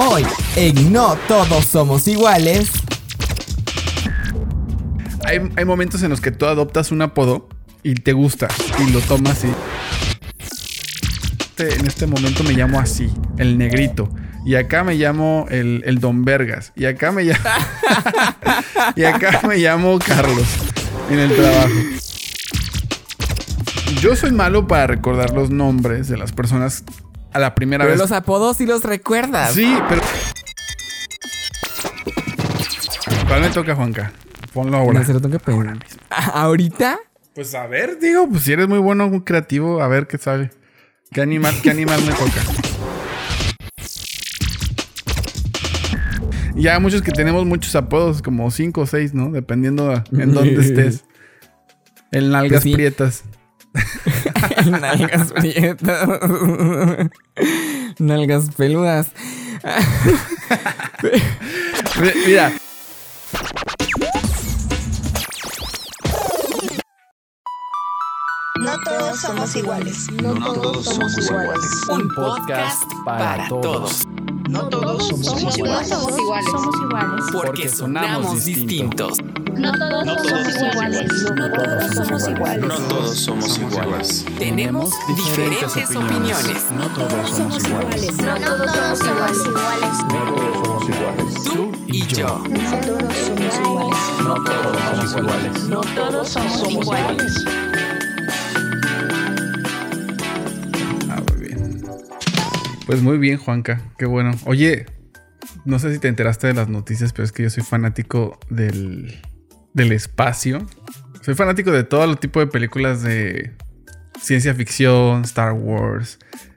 Hoy, en No Todos Somos Iguales. Hay momentos en los que tú adoptas un apodo y te gusta y lo tomas y... En este momento me llamo así, el negrito. Y acá me llamo el Don Vergas. Y acá me llamo... y acá me llamo Carlos en el trabajo. Yo soy malo para recordar los nombres de las personas a la primera vez. Pero los apodos sí los recuerdas. Sí, pero... ¿Cuál me toca, Juanca? Ponlo ahora. No se lo tengo que pedir. ¿Ahorita? Pues a ver, digo, pues si eres muy bueno, muy creativo, a ver qué sale. ¿Qué animal me toca? Ya muchos que tenemos muchos apodos, como 5 o 6, ¿no? Dependiendo en dónde estés. El nalgas pues sí. Prietas. El nalgas prietas. Nalgas peludas. Mira. No todos somos iguales. No todos somos iguales. Un podcast para todos. No todos somos iguales. Somos iguales. Porque sonamos distintos. No todos somos iguales. No todos somos iguales. No todos somos iguales. Tenemos diferentes opiniones. No todos somos iguales. No todos somos iguales. No todos somos iguales. Tú y yo. No todos somos iguales. No todos somos iguales. No todos somos iguales. Muy bien. Pues muy bien, Juanca. Qué bueno. Oye, no sé si te enteraste de las noticias, pero es que yo soy fanático del espacio. Soy fanático de todo tipo de películas de ciencia ficción, Star Wars,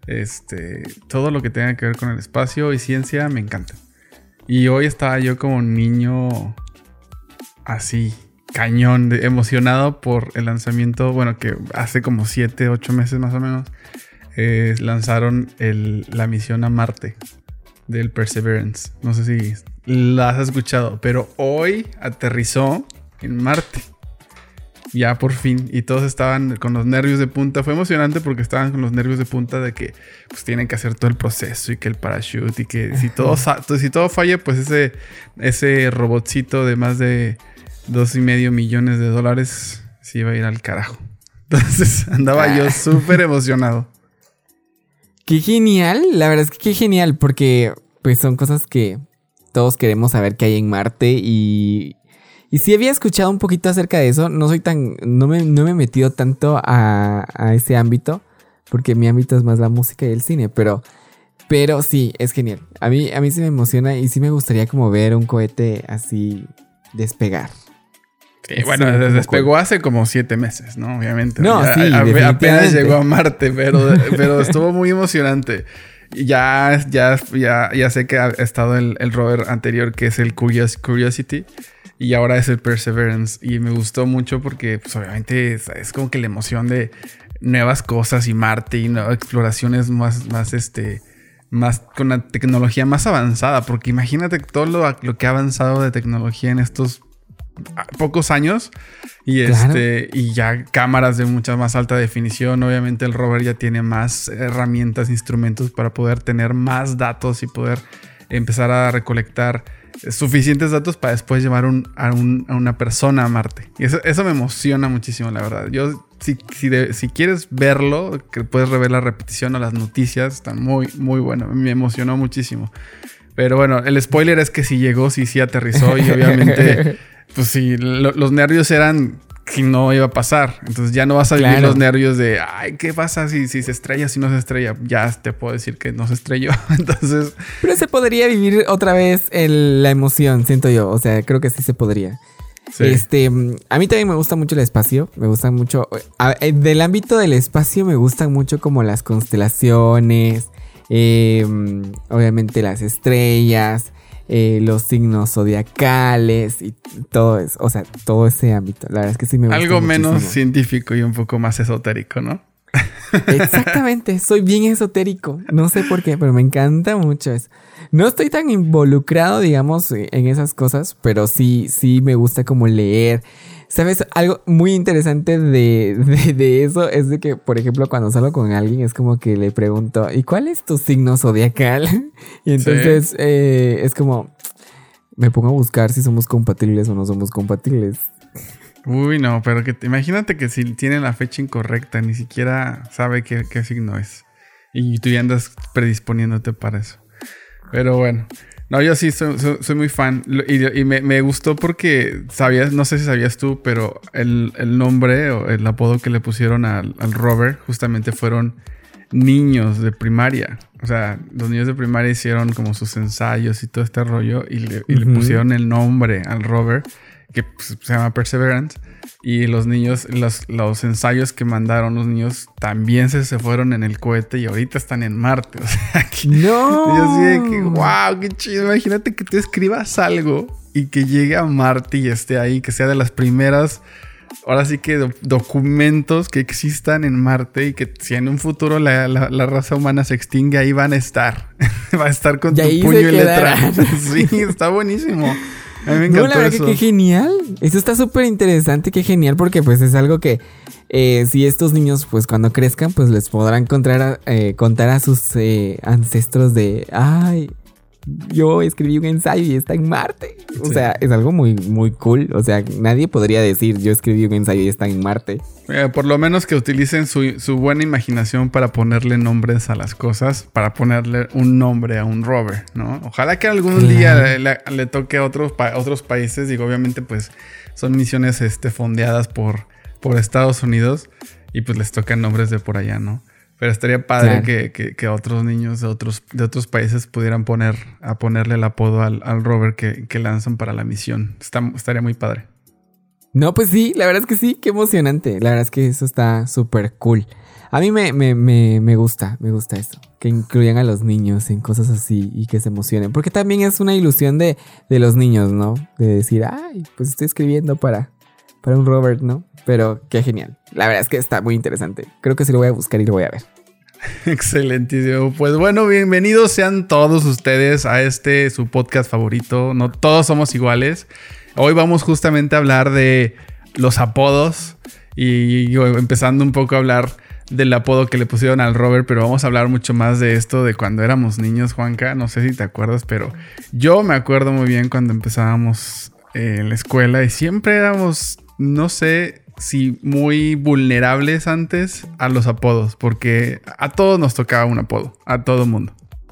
todo lo que tenga que ver con el espacio y ciencia me encanta. Y hoy estaba yo como un niño así, cañón, emocionado por el lanzamiento, bueno, que hace como 7, 8 meses más o menos, lanzaron la misión a Marte del Perseverance. No sé si la has escuchado, pero hoy aterrizó en Marte. Ya por fin. Y todos estaban con los nervios de punta. Fue emocionante porque estaban con los nervios de punta de que pues tienen que hacer todo el proceso y que el parachute y que si todo falla, pues ese robotcito de más de $2.5 millones se iba a ir al carajo. Entonces andaba yo súper emocionado. Qué genial, la verdad es que qué genial, porque pues son cosas que todos queremos saber que hay en Marte y sí había escuchado un poquito acerca de eso. No me he metido tanto a ese ámbito, porque mi ámbito es más la música y el cine, pero sí, es genial. A mí sí me emociona y sí me gustaría como ver un cohete así despegar. Sí, bueno, despegó hace como 7 meses, ¿no? Obviamente. No, ya, sí, apenas llegó a Marte, pero estuvo muy emocionante. Ya sé que ha estado el rover anterior, que es el Curiosity, y ahora es el Perseverance. Y me gustó mucho porque, pues, obviamente, es como que la emoción de nuevas cosas y Marte y exploraciones más con la tecnología más avanzada. Porque imagínate todo lo que ha avanzado de tecnología en estos pocos años y claro. Y ya cámaras de mucha más alta definición. Obviamente el rover ya tiene más herramientas, instrumentos para poder tener más datos y poder empezar a recolectar suficientes datos para después llevar a una persona a Marte. Y eso me emociona muchísimo, la verdad. Yo, si quieres verlo, que puedes ver la repetición o las noticias, están muy, muy bueno. Me emocionó muchísimo. Pero bueno, el spoiler es que sí llegó, sí aterrizó y obviamente... Pues sí, los nervios eran que no iba a pasar. Entonces ya no vas a vivir los nervios de ay, ¿qué pasa si se estrella, si no se estrella? Ya te puedo decir que no se estrelló. Entonces... Pero se podría vivir otra vez la emoción, siento yo. O sea, creo que sí se podría. Sí. A mí también me gusta mucho el espacio. Me gusta mucho... del ámbito del espacio me gustan mucho como las constelaciones. Obviamente las estrellas. Los signos zodiacales y todo eso, o sea, todo ese ámbito. La verdad es que sí me gusta algo muchísimo. Menos científico y un poco más esotérico, ¿no? Exactamente, soy bien esotérico. No sé por qué, pero me encanta mucho eso. No estoy tan involucrado, digamos, en esas cosas, pero sí me gusta como leer ¿Sabes? Algo muy interesante de eso es de que, por ejemplo, cuando salgo con alguien es como que le pregunto, ¿y cuál es tu signo zodiacal? Y entonces es como, me pongo a buscar si somos compatibles o no somos compatibles. Uy, no, pero imagínate que si tiene la fecha incorrecta, ni siquiera sabe qué signo es. Y tú ya andas predisponiéndote para eso. Pero bueno. No, yo sí soy muy fan. Y me gustó porque sabías, no sé si sabías tú, pero el nombre o el apodo que le pusieron al Robert justamente fueron niños de primaria. O sea, los niños de primaria hicieron como sus ensayos y todo este rollo y le pusieron el nombre al Robert, que pues, se llama Perseverance. Y los niños, los ensayos que mandaron los niños también se fueron en el cohete y ahorita están en Marte. O sea, que ¡No! yo sí de que, wow, qué chido. Imagínate que tú escribas algo y que llegue a Marte y esté ahí, que sea de las primeras, ahora sí que documentos que existan en Marte y que si en un futuro la raza humana se extingue, ahí van a estar. Va a estar con Y tu ahí puño se y letra. quedarán. Sí, está buenísimo. A mí me encantó No, la verdad eso. que qué genial. Eso está súper interesante, qué genial, porque pues es algo que si estos niños pues cuando crezcan pues les podrán contar a sus ancestros de, ay, yo escribí un ensayo y está en Marte. O sea, es algo muy, muy cool. O sea, nadie podría decir, yo escribí un ensayo y está en Marte. Por lo menos que utilicen su buena imaginación para ponerle nombres a las cosas, para ponerle un nombre a un rover, ¿no? Ojalá que algún día le toque a otros países. Digo, obviamente, pues son misiones fondeadas por Estados Unidos y pues les tocan nombres de por allá, ¿no? Pero estaría padre que otros niños de otros países pudieran ponerle el apodo al rover que lanzan para la misión. Estaría muy padre. No, pues sí, la verdad es que sí, qué emocionante. La verdad es que eso está súper cool. A mí me gusta eso. Que incluyan a los niños en cosas así y que se emocionen. Porque también es una ilusión de los niños, ¿no? De decir, ay, pues estoy escribiendo para un Robert, ¿no? Pero qué genial. La verdad es que está muy interesante. Creo que sí lo voy a buscar y lo voy a ver. Excelentísimo. Pues bueno, bienvenidos sean todos ustedes a su podcast favorito. No todos somos iguales. Hoy vamos justamente a hablar de los apodos y empezando un poco a hablar del apodo que le pusieron al Robert, pero vamos a hablar mucho más de esto de cuando éramos niños, Juanca. No sé si te acuerdas, pero yo me acuerdo muy bien cuando empezábamos en la escuela y siempre éramos, no sé si muy vulnerables antes a los apodos, porque a todos nos tocaba un apodo, a todo mundo.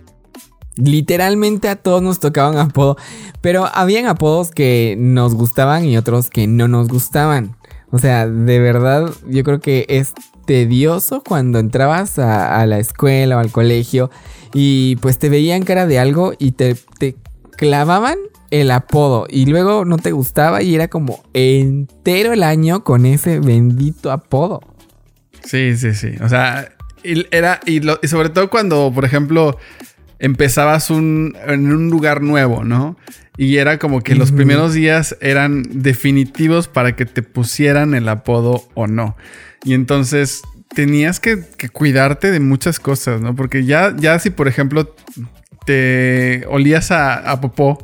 Literalmente a todos nos tocaba un apodo, pero habían apodos que nos gustaban y otros que no nos gustaban. O sea, de verdad, yo creo que es tedioso cuando entrabas a la escuela o al colegio y pues te veían cara de algo y te clavaban el apodo y luego no te gustaba y era como entero el año con ese bendito apodo. Sí. O sea, y sobre todo cuando, por ejemplo, empezabas en un lugar nuevo, ¿no? Y era como que los primeros días eran definitivos para que te pusieran el apodo o no. Y entonces tenías que cuidarte de muchas cosas, ¿no? Porque ya si, por ejemplo, te olías a popó.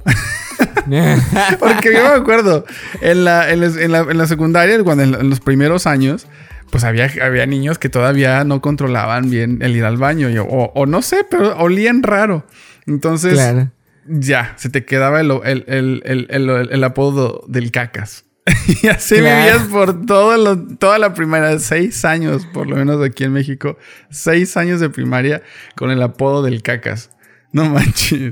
Porque yo me acuerdo, en la secundaria, cuando en los primeros años, pues había niños que todavía no controlaban bien el ir al baño. O no sé, pero olían raro. Entonces, claro, ya, se te quedaba el apodo del cacas. Y así vivías por toda la primaria, 6 años, por lo menos aquí en México. 6 años de primaria con el apodo del cacas. No manches.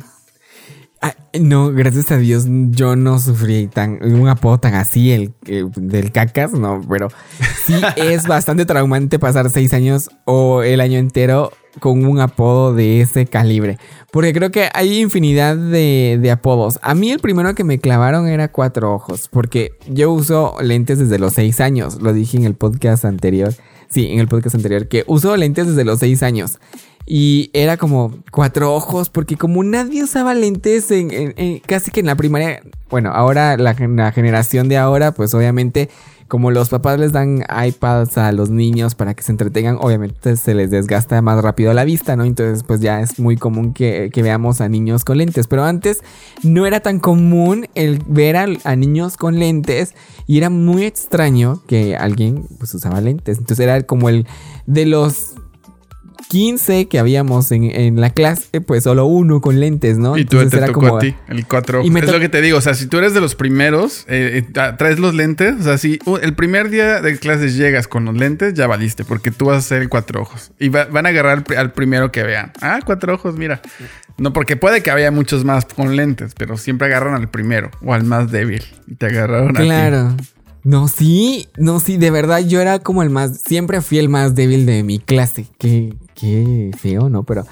No, gracias a Dios yo no sufrí un apodo tan así, el del cacas, no, pero sí es bastante traumante pasar 6 años o el año entero con un apodo de ese calibre, porque creo que hay infinidad de apodos. A mí el primero que me clavaron era 4 ojos, porque yo uso lentes desde los 6 años, lo dije en el podcast anterior, que uso lentes desde los 6 años. Y era como 4 ojos, porque como nadie usaba lentes casi que en la primaria. Bueno, ahora la generación de ahora, pues obviamente, como los papás les dan iPads a los niños para que se entretengan, obviamente se les desgasta más rápido la vista, ¿no? Entonces, pues ya es muy común que veamos a niños con lentes. Pero antes no era tan común el ver a niños con lentes y era muy extraño que alguien pues usaba lentes. Entonces era como el de los 15 que habíamos en la clase, pues solo uno con lentes, ¿no? Y tú Entonces te tocó a ti, el 4 ojos. Es lo que te digo, o sea, si tú eres de los primeros, traes los lentes, o sea, si el primer día de clases llegas con los lentes, ya valiste, porque tú vas a ser el 4 ojos. Y van a agarrar al primero que vean. 4 ojos, mira. No, porque puede que haya muchos más con lentes, pero siempre agarran al primero o al más débil. Y te agarraron a ti. Claro. No, sí, de verdad yo era como siempre fui el más débil de mi clase. Qué feo, ¿no? Pero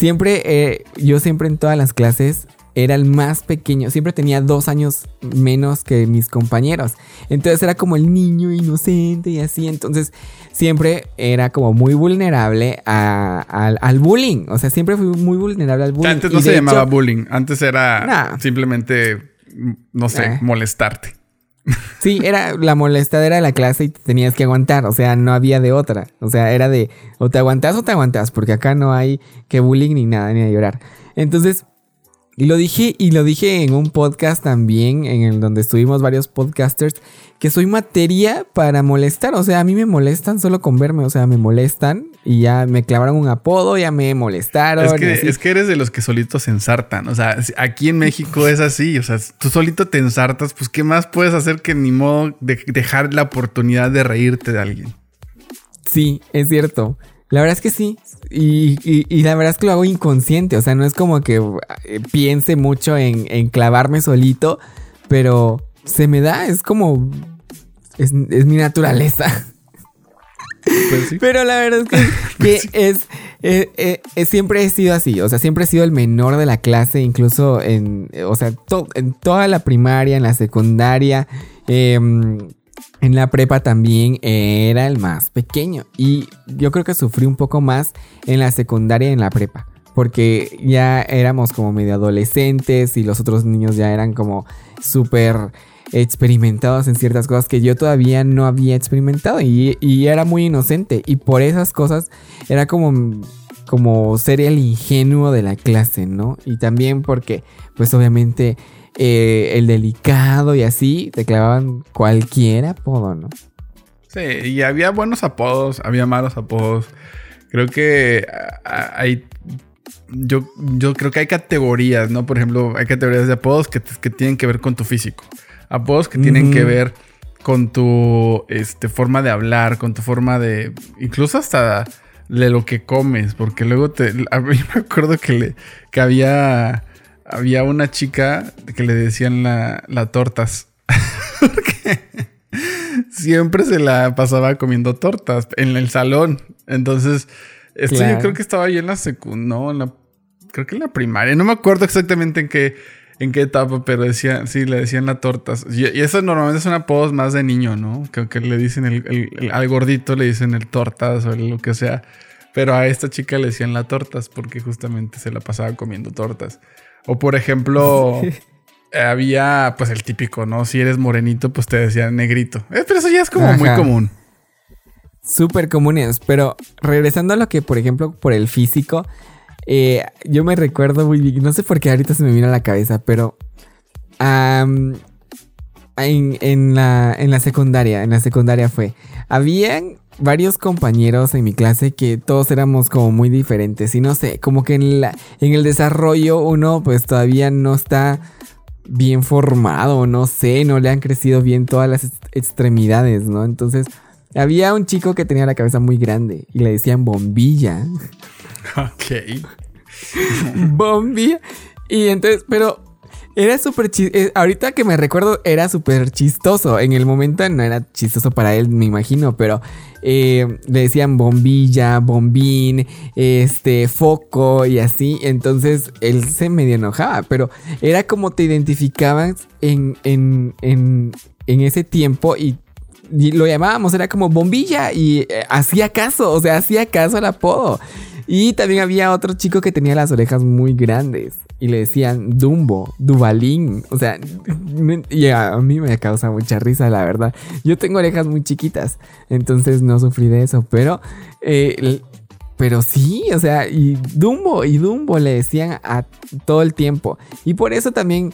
yo siempre en todas las clases era el más pequeño. Siempre tenía 2 años menos que mis compañeros. Entonces era como el niño inocente y así. Entonces siempre era como muy vulnerable al bullying. O sea, siempre fui muy vulnerable al bullying. Antes no se llamaba bullying. Antes era simplemente, no sé, molestarte. Sí, era la molestadera de la clase y te tenías que aguantar, o sea, no había de otra. O sea, era de o te aguantas, porque acá no hay que bullying ni nada, ni a llorar. Entonces, lo dije en un podcast también, en el donde estuvimos varios podcasters, que soy materia para molestar. O sea, a mí me molestan solo con verme, o sea, me molestan y ya me clavaron un apodo, ya me molestaron. Es que eres de los que solitos se ensartan. O sea, aquí en México es así. O sea, tú solito te ensartas, pues ¿qué más puedes hacer que ni modo de dejar la oportunidad de reírte de alguien? Sí, es cierto. La verdad es que sí. Y la verdad es que lo hago inconsciente. O sea, no es como que piense mucho en clavarme solito, pero se me da, es como... Es mi naturaleza. Pues sí. Pero la verdad es que siempre he sido así. O sea, siempre he sido el menor de la clase. Incluso en toda la primaria, en la secundaria, en la prepa también era el más pequeño. Y yo creo que sufrí un poco más en la secundaria y en la prepa, porque ya éramos como medio adolescentes y los otros niños ya eran como súper experimentados en ciertas cosas que yo todavía no había experimentado y era muy inocente. Y por esas cosas era como ser el ingenuo de la clase, ¿no? Y también porque, pues obviamente, el delicado y así, te clavaban cualquier apodo, ¿no? Sí, y había buenos apodos, había malos apodos. Creo que yo creo que hay categorías, ¿no? Por ejemplo, hay categorías de apodos que tienen que ver con tu físico. Apodos que tienen que ver con tu forma de hablar, con tu forma de... Incluso hasta de lo que comes. Porque luego a mí me acuerdo que había una chica que le decían la tortas. Porque siempre se la pasaba comiendo tortas en el salón. Entonces, claro. Yo creo que estaba ahí en la secundaria, creo que en la primaria. No me acuerdo exactamente en qué etapa, pero le decían la tortas. Y eso normalmente son apodos más de niño, ¿no? Que le dicen al gordito le dicen el tortas o lo que sea. Pero a esta chica le decían la tortas porque justamente se la pasaba comiendo tortas. O por ejemplo, había pues el típico, ¿no? Si eres morenito, pues te decían negrito. Pero eso ya es como muy común. Súper comunes. Pero regresando a lo que, por ejemplo, por el físico, yo me recuerdo muy bien, no sé por qué ahorita se me vino a la cabeza, pero en la secundaria habían varios compañeros en mi clase que todos éramos como muy diferentes y no sé, como que en el desarrollo uno pues todavía no está bien formado, no sé, no le han crecido bien todas las extremidades, ¿no? Entonces había un chico que tenía la cabeza muy grande y le decían bombilla. Ok. Bombilla. Y entonces, pero era súper chistoso. Ahorita que me recuerdo, era súper chistoso. En el momento no era chistoso para él, me imagino, pero le decían bombilla, bombín, foco y así. Entonces él se medio enojaba, pero era como te identificaban en ese tiempo y lo llamábamos, era como bombilla y hacía caso al apodo. Y también había otro chico que tenía las orejas muy grandes y le decían Dumbo, Dubalín. O sea, y a mí me causa mucha risa, la verdad. Yo tengo orejas muy chiquitas, entonces no sufrí de eso, pero sí, o sea, y Dumbo le decían a todo el tiempo. Y por eso también,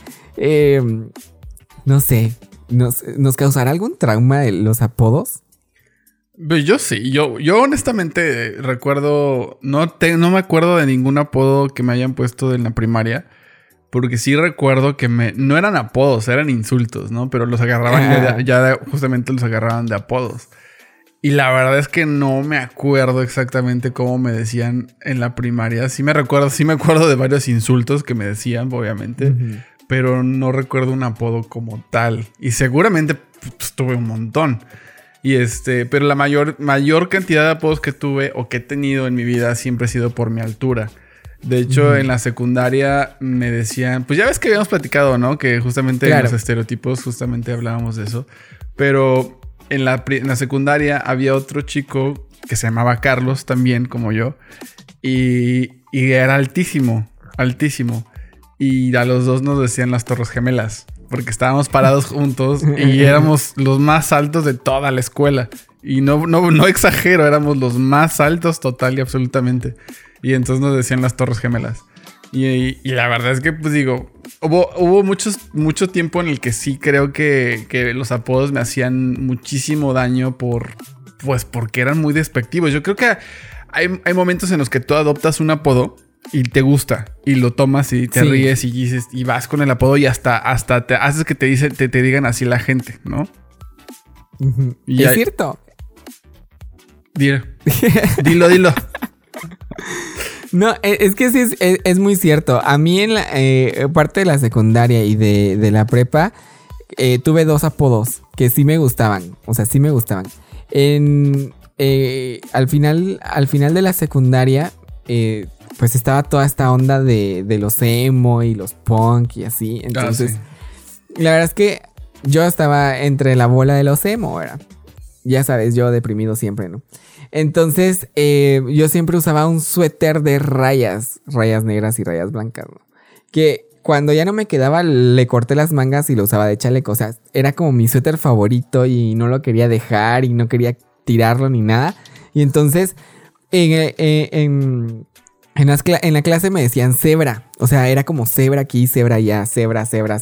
no sé, ¿nos causará algún trauma de los apodos? Pues yo sí, yo honestamente recuerdo, no me acuerdo de ningún apodo que me hayan puesto en la primaria, porque sí recuerdo que no eran apodos, eran insultos, ¿no? Pero los agarraban justamente los agarraban de apodos. Y la verdad es que no me acuerdo exactamente cómo me decían en la primaria. Sí me acuerdo de varios insultos que me decían, obviamente, pero no recuerdo un apodo como tal. Y seguramente pues, tuve un montón. Pero la mayor cantidad de apodos que tuve o que he tenido en mi vida siempre ha sido por mi altura. De hecho, en la secundaria me decían, pues ya ves que habíamos platicado, ¿no? Que justamente en los estereotipos justamente hablábamos de eso. Pero en la secundaria había otro chico que se llamaba Carlos también, como yo. Y era altísimo. Y a los dos nos decían las Torres Gemelas. Porque estábamos parados juntos y éramos los más altos de toda la escuela. Y no exagero, éramos los más altos total y absolutamente. Y entonces nos decían las Torres Gemelas. Y la verdad es que, pues digo, hubo mucho tiempo en el que sí creo que los apodos me hacían muchísimo daño porque eran muy despectivos. Yo creo que hay momentos en los que tú adoptas un apodo y te gusta y lo tomas y te ríes y dices y vas con el apodo y hasta te haces que te digan así la gente, ¿no? Y es cierto. Dilo. No, es que sí es muy cierto. A mí en la parte de la secundaria y de la prepa tuve 2 apodos que sí me gustaban. O sea, sí me gustaban. Al final de la secundaria pues estaba toda esta onda de los emo y los punk y así. Entonces, la verdad es que yo estaba entre la bola de los emo, ¿verdad? Ya sabes, yo deprimido siempre, ¿no? Entonces, yo siempre usaba un suéter de rayas negras y rayas blancas, ¿no? Que cuando ya no me quedaba, le corté las mangas y lo usaba de chaleco. O sea, era como mi suéter favorito y no lo quería dejar y no quería tirarlo ni nada. Y entonces, en la clase me decían cebra. O sea, era como cebra aquí, cebra allá, cebra.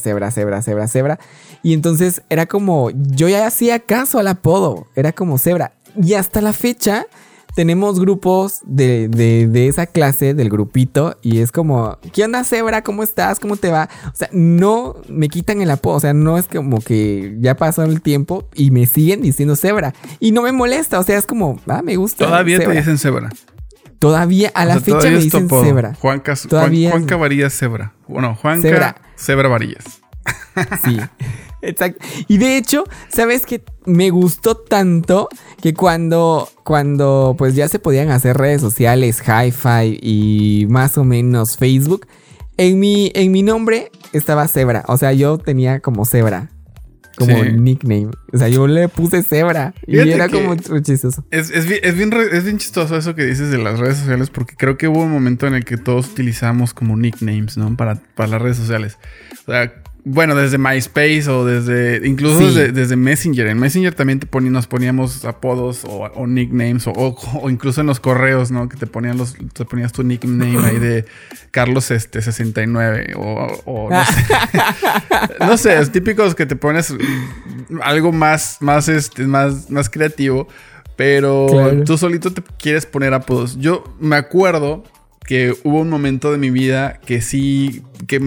Y entonces era como, yo ya hacía caso al apodo. Era como cebra. Y hasta la fecha tenemos grupos de esa clase, del grupito. Y es como, ¿qué onda, cebra? ¿Cómo estás? ¿Cómo te va? O sea, no me quitan el apodo. O sea, no es como que ya pasó el tiempo y me siguen diciendo cebra. Y no me molesta. O sea, es como, me gusta. Todavía cebra. Te dicen cebra. Todavía, a la fecha me dicen cebra. Juanca Varillas Cebra. Bueno, Juanca Cebra Varillas. Sí, exacto. Y de hecho, ¿sabes qué? Me gustó tanto que cuando pues ya se podían hacer redes sociales, Hi-Fi y más o menos Facebook, en mi nombre estaba Cebra. O sea, yo tenía como Cebra. Como nickname. O sea, yo le puse cebra. Fíjate, y era como chistoso. Es bien chistoso eso que dices de las redes sociales. Porque creo que hubo un momento en el que todos utilizamos como nicknames, ¿no? Para las redes sociales. O sea, bueno, desde MySpace o incluso desde Messenger. En Messenger también nos poníamos apodos o nicknames o incluso en los correos, ¿no? Que te ponías tu nickname ahí de Carlos 69 o no sé. No sé, es típicos que te pones algo más creativo, pero claro, tú solito te quieres poner apodos. Yo me acuerdo que hubo un momento de mi vida que sí, que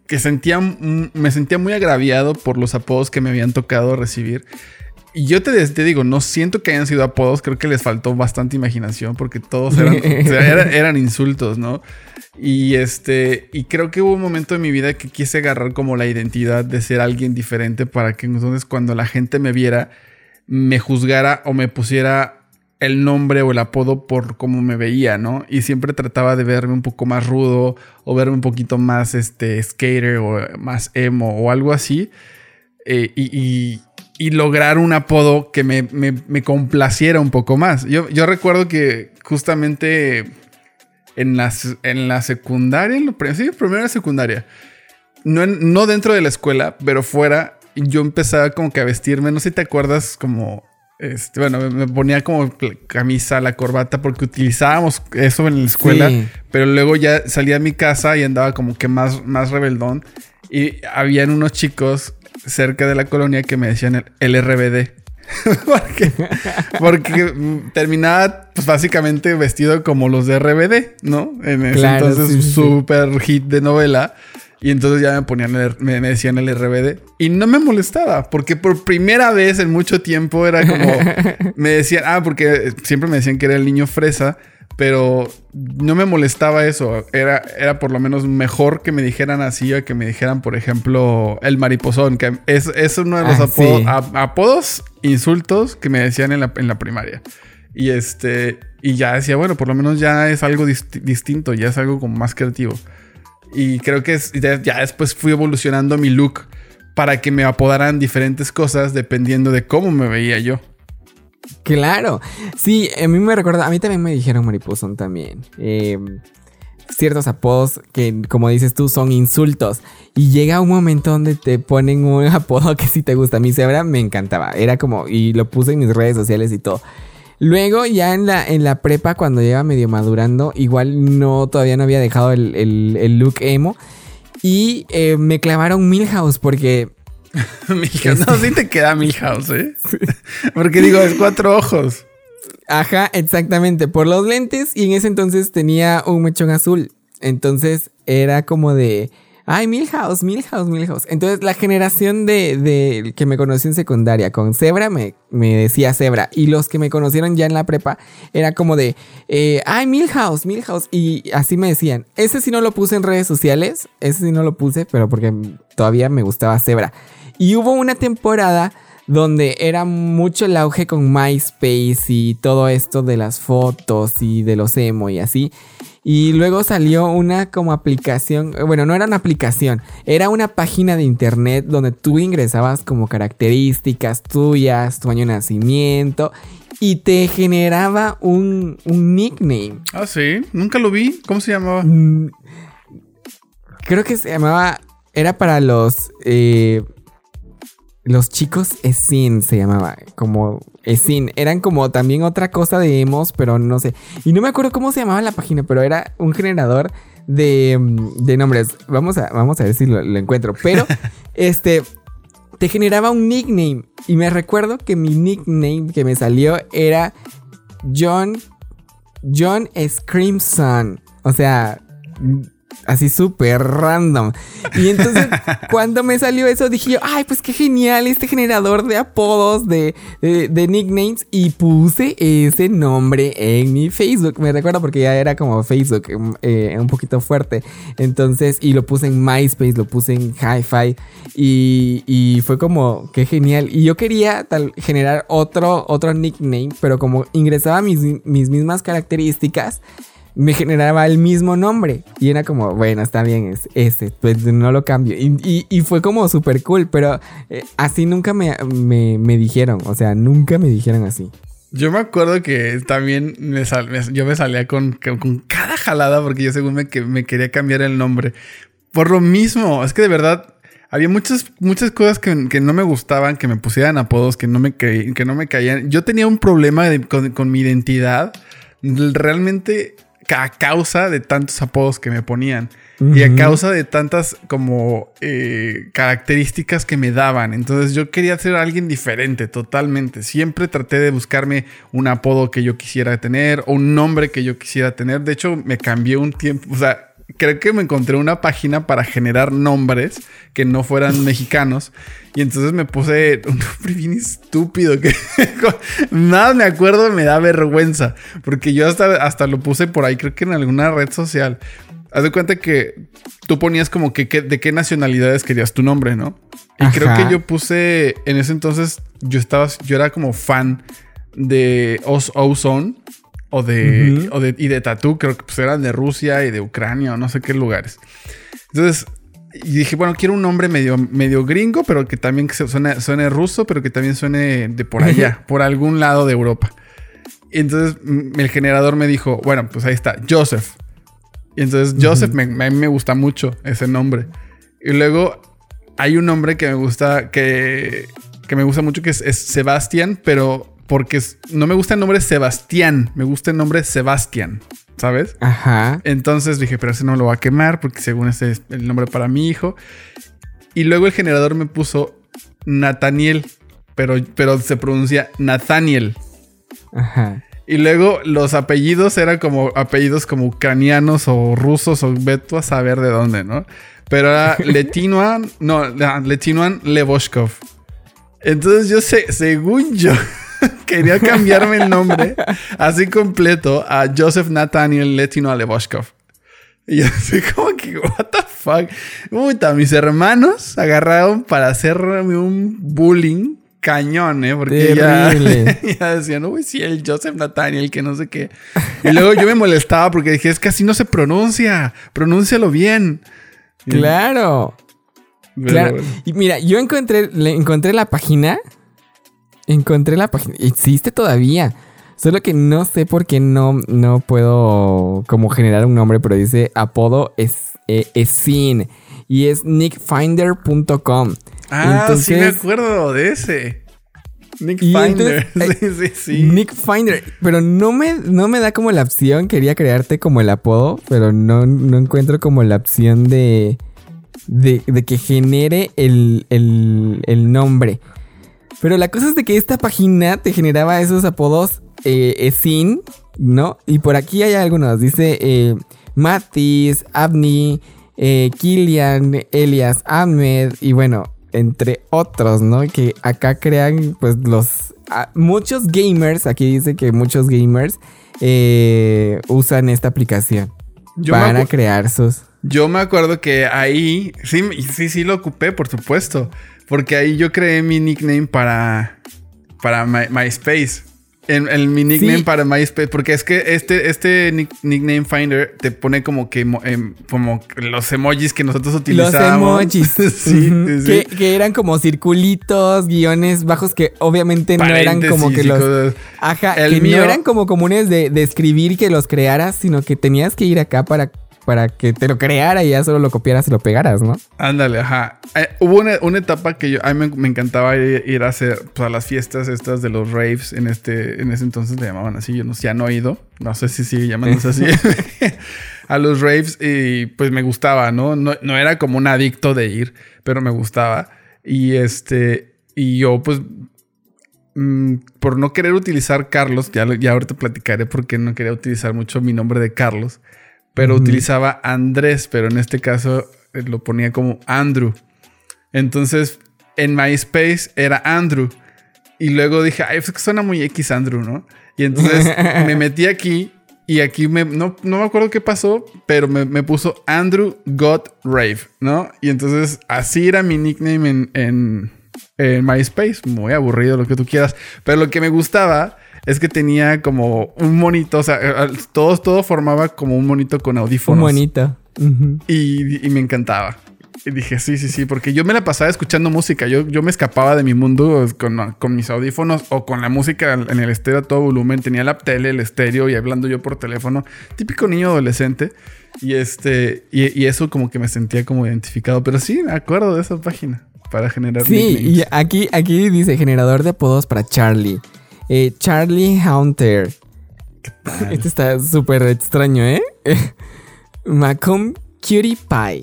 me sentía muy agraviado por los apodos que me habían tocado recibir. Y yo te digo, no siento que hayan sido apodos, creo que les faltó bastante imaginación porque todos eran insultos, ¿no? Y creo que hubo un momento en mi vida que quise agarrar como la identidad de ser alguien diferente para que entonces cuando la gente me viera, me juzgara o me pusiera el nombre o el apodo por cómo me veía, ¿no? Y siempre trataba de verme un poco más rudo o verme un poquito más skater o más emo o algo así. Y lograr un apodo que me complaciera un poco más. Yo recuerdo que justamente en la secundaria, sí, primero de secundaria. No dentro de la escuela, pero fuera, yo empezaba como que a vestirme, no sé si te acuerdas, como... bueno, me ponía como camisa, la corbata, porque utilizábamos eso en la escuela, sí. Pero luego ya salía a mi casa y andaba como que más rebeldón. Y habían unos chicos cerca de la colonia que me decían el RBD. porque terminaba pues, básicamente vestido como los de RBD, ¿no? En ese entonces, súper hit de novela. Y entonces ya me decían el RBD. Y no me molestaba, porque por primera vez en mucho tiempo era como... me decían... porque siempre me decían que era el niño fresa, pero no me molestaba eso. Era por lo menos mejor que me dijeran así a que me dijeran, por ejemplo, el mariposón, que es uno de los apodos, insultos que me decían en la primaria. Y ya decía, bueno, por lo menos ya es algo distinto, ya es algo como más creativo. Y creo que ya después fui evolucionando mi look para que me apodaran diferentes cosas dependiendo de cómo me veía yo. Claro. Sí, a mí me recuerda... A mí también me dijeron mariposón también. Ciertos apodos que, como dices tú, son insultos. Y llega un momento donde te ponen un apodo que sí te gusta. Mi Zebra me encantaba. Era como... Y lo puse en mis redes sociales y todo. Luego ya en la prepa, cuando ya iba medio madurando, igual todavía no había dejado el look emo. Y me clavaron Milhouse porque... Milhouse, no, sí te queda Milhouse, ¿eh? Sí. Porque digo, es 4 ojos. Ajá, exactamente, por los lentes. Y en ese entonces tenía un mechón azul. Entonces era como de... Ay, Milhouse. Entonces la generación de que me conoció en secundaria con Zebra me decía Zebra. Y los que me conocieron ya en la prepa era como de... Ay, Milhouse. Y así me decían. Ese sí no lo puse en redes sociales. Ese sí no lo puse, pero porque todavía me gustaba Zebra. Y hubo una temporada donde era mucho el auge con MySpace y todo esto de las fotos y de los emo y así. Y luego salió una como aplicación, bueno, no era una aplicación, era una página de internet donde tú ingresabas como características tuyas, tu año de nacimiento y te generaba un nickname. Ah, sí, nunca lo vi. ¿Cómo se llamaba? Creo que se llamaba, era para los chicos Esin se llamaba, como Esin. Eran como también otra cosa de emos, pero no sé. Y no me acuerdo cómo se llamaba la página, pero era un generador de nombres. Vamos a ver si lo encuentro. Pero te generaba un nickname. Y me recuerdo que mi nickname que me salió era John Screamson. O sea... así súper random. Y entonces cuando me salió eso dije yo, ay, pues qué genial este generador de apodos, de nicknames. Y puse ese nombre en mi Facebook. Me recuerdo porque ya era como Facebook un poquito fuerte. Entonces, y lo puse en MySpace, lo puse en Hi-Fi. Y fue como, qué genial. Y yo quería generar otro nickname, pero como ingresaba mis mismas características, me generaba el mismo nombre. Y era como, bueno, está bien, es ese, pues no lo cambio. Y fue como súper cool, pero así nunca me dijeron. O sea, nunca me dijeron así. Yo me acuerdo que también yo me salía con cada jalada porque yo según me quería cambiar el nombre. Por lo mismo, es que de verdad había muchas cosas que no me gustaban, que me pusieran apodos, que no me caían. Yo tenía un problema con mi identidad. Realmente... a causa de tantos apodos que me ponían. Uh-huh. Y a causa de tantas como características que me daban. Entonces yo quería ser alguien diferente totalmente. Siempre traté de buscarme un apodo que yo quisiera tener o un nombre que yo quisiera tener. De hecho, me cambié un tiempo. O sea, creo que me encontré una página para generar nombres que no fueran mexicanos. Y entonces me puse un nombre bien estúpido que nada me acuerdo, me da vergüenza. Porque yo hasta lo puse por ahí, creo que en alguna red social. Haz de cuenta que tú ponías como que de qué nacionalidades querías tu nombre, ¿no? Y ajá, creo que yo puse, en ese entonces yo era como fan de Ozone. Y de Tatú, creo que pues eran de Rusia y de Ucrania o no sé qué lugares. Entonces, y dije, bueno, quiero un nombre medio gringo, pero que también suene ruso, pero que también suene de por allá, por algún lado de Europa. Y entonces el generador me dijo, bueno, pues ahí está, Joseph. Y entonces Joseph a mí me gusta mucho ese nombre. Y luego hay un nombre que me gusta, que me gusta mucho, que es Sebastián, pero porque no me gusta el nombre Sebastián, me gusta el nombre Sebastián, ¿sabes? Ajá. Entonces dije, pero ese no lo va a quemar porque según ese es el nombre para mi hijo. Y luego el generador me puso Nathaniel, pero se pronuncia Nathaniel. Ajá. Y luego los apellidos eran como apellidos como ucranianos o rusos o veto a saber de dónde, ¿no? Pero era Letinoan Levoshkov. Entonces yo según yo, quería cambiarme el nombre así completo a Joseph Nathaniel Letinoan Levoshkov. Y yo así como que, what the fuck. Puta, mis hermanos agarraron para hacerme un bullying cañón, porque ya decían, uy, sí, el Joseph Nathaniel, que no sé qué. Y luego yo me molestaba porque dije, es que así no se pronuncia, pronúncialo bien. Claro. Claro. Bueno. Y mira, yo encontré la página. Existe todavía. Solo que no sé por qué no puedo como generar un nombre, pero dice apodo Esin. Y es nickfinder.com. Ah, entonces, sí me acuerdo de ese. Nick Finder. Sí. Nick Finder. Pero no me da como la opción. Quería crearte como el apodo, pero no encuentro como la opción de que genere el nombre. Pero la cosa es de que esta página te generaba esos apodos Esin, ¿no? Y por aquí hay algunos. Dice Matis, Abni, Kilian, Elias, Ahmed y bueno, entre otros, ¿no? Que acá crean pues muchos gamers, aquí dice que muchos gamers usan esta aplicación para crear sus... Yo me acuerdo que ahí, sí lo ocupé, por supuesto, porque ahí yo creé mi nickname para MySpace. Mi nickname para MySpace, porque es que este nickname Finder te pone como que como los emojis que nosotros utilizábamos. Los emojis. sí. Que eran como circulitos, guiones bajos que obviamente no eran como que los... Ajá, que no eran como comunes de escribir que los crearas, sino que tenías que ir acá para que te lo creara y ya solo lo copiaras y lo pegaras, ¿no? Ándale, ajá. Hubo una etapa que a mí me encantaba ir a hacer pues, a las fiestas estas de los raves. En ese entonces le llamaban así. Yo no sé si han oído. No sé si sigue llamándose así. A los raves y pues me gustaba, ¿no? No era como un adicto de ir, pero me gustaba. Y yo pues... por no querer utilizar Carlos, ya ahorita platicaré por qué no quería utilizar mucho mi nombre de Carlos. Pero utilizaba Andrés, pero en este caso lo ponía como Andrew. Entonces, en MySpace era Andrew. Y luego dije, ay, pues que suena muy X Andrew, ¿no? Y entonces me metí aquí y aquí no me acuerdo qué pasó, pero me puso Andrew Got Rave, ¿no? Y entonces así era mi nickname en MySpace. Muy aburrido, lo que tú quieras. Pero lo que me gustaba... es que tenía como un monito, o sea, todo formaba como un monito con audífonos. Un monito. Uh-huh. Y me encantaba. Y dije, sí, porque yo me la pasaba escuchando música. Yo me escapaba de mi mundo con mis audífonos o con la música en el estéreo a todo volumen. Tenía la tele, el estéreo y hablando yo por teléfono. Típico niño adolescente. Y eso como que me sentía como identificado. Pero sí, me acuerdo de esa página para generar nicknames. Y aquí dice generador de apodos para Charlie. Charlie Hunter. Este está súper extraño, ¿eh? Macomb Cutie Pie.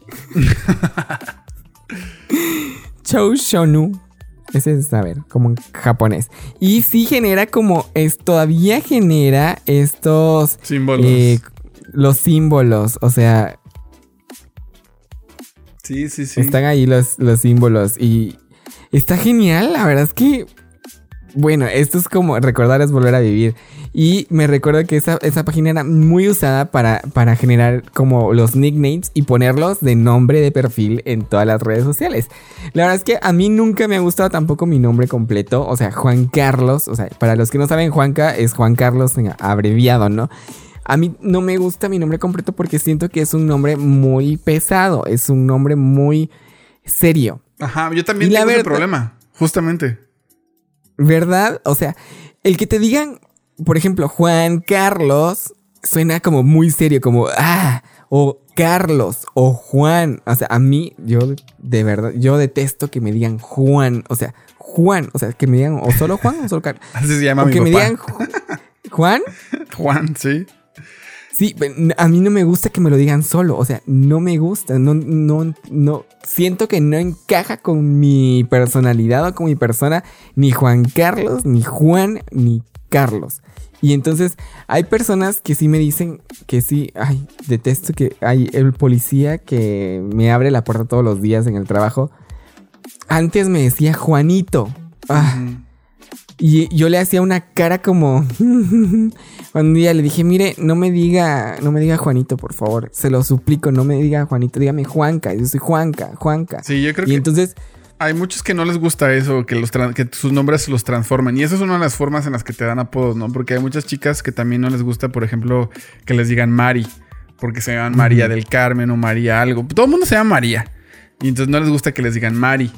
Chou Shonu. Ese es, a ver, como en japonés. Y sí genera todavía genera estos... símbolos. Los símbolos, o sea... Sí. Están ahí los símbolos y... está genial, la verdad es que... bueno, esto es como recordar es volver a vivir. Y me recuerdo que esa página era muy usada para generar como los nicknames y ponerlos de nombre de perfil en todas las redes sociales. La verdad es que a mí nunca me ha gustado tampoco mi nombre completo. O sea, Juan Carlos. O sea, para los que no saben, Juanca es Juan Carlos abreviado, ¿no? A mí no me gusta mi nombre completo porque siento que es un nombre muy pesado. Es un nombre muy serio. Ajá, yo también tengo ese problema. Justamente. ¿Verdad? O sea, el que te digan, por ejemplo, Juan Carlos, suena como muy serio, como o Carlos o Juan. O sea, a mí, yo de verdad, yo detesto que me digan Juan. O sea, Juan, o sea, que me digan o solo Juan o solo Carlos. Así se llama o mi que papá. me digan Juan. Juan, sí. Sí, a mí no me gusta que me lo digan solo. O sea, no me gusta. No. Siento que no encaja con mi personalidad o con mi persona. Ni Juan Carlos, ni Juan, ni Carlos. Y entonces hay personas que sí me dicen que sí. Ay, detesto que hay el policía que me abre la puerta todos los días en el trabajo. Antes me decía Juanito. Y yo le hacía una cara como... Cuando un día le dije, mire, no me diga Juanito, por favor. Se lo suplico, no me diga Juanito, dígame Juanca. Yo soy Juanca. Sí, yo creo y que entonces... hay muchos que no les gusta eso, que sus nombres los transforman. Y eso es una de las formas en las que te dan apodos, ¿no? Porque hay muchas chicas que también no les gusta, por ejemplo, que les digan Mari. Porque se llaman María del Carmen o María algo. Todo el mundo se llama María. Y entonces no les gusta que les digan Mari.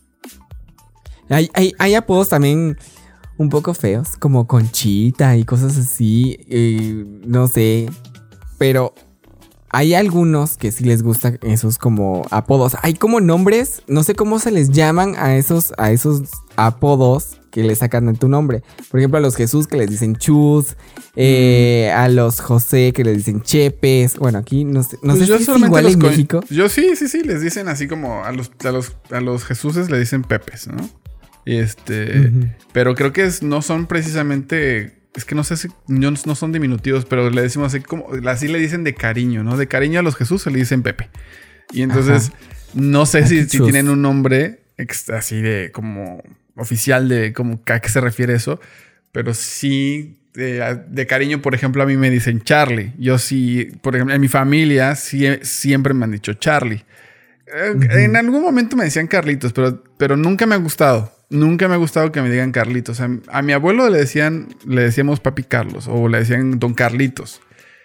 Hay apodos también un poco feos, como Conchita y cosas así. No sé. Pero hay algunos que sí les gustan esos como apodos. Hay como nombres, no sé cómo se les llaman a esos apodos que le sacan de tu nombre. Por ejemplo, a los Jesús que les dicen Chus. A los José que les dicen Chepes. Bueno, aquí no sé Pues si es igual en México. Yo sí, les dicen así como a los Jesuses le dicen Pepes, ¿no? Pero creo que no son precisamente... Es que no sé si no son diminutivos, pero le decimos así le dicen de cariño, ¿no? De cariño a los Jesús se le dicen Pepe. Y entonces no sé si tienen un nombre así de como oficial de como a qué se refiere eso, pero sí de cariño, por ejemplo, a mí me dicen Charlie. Yo sí, por ejemplo, en mi familia siempre me han dicho Charlie. En algún momento me decían Carlitos, pero nunca me ha gustado. Nunca me ha gustado que me digan Carlitos. A mi abuelo le decíamos Papi Carlos o le decían Don Carlitos.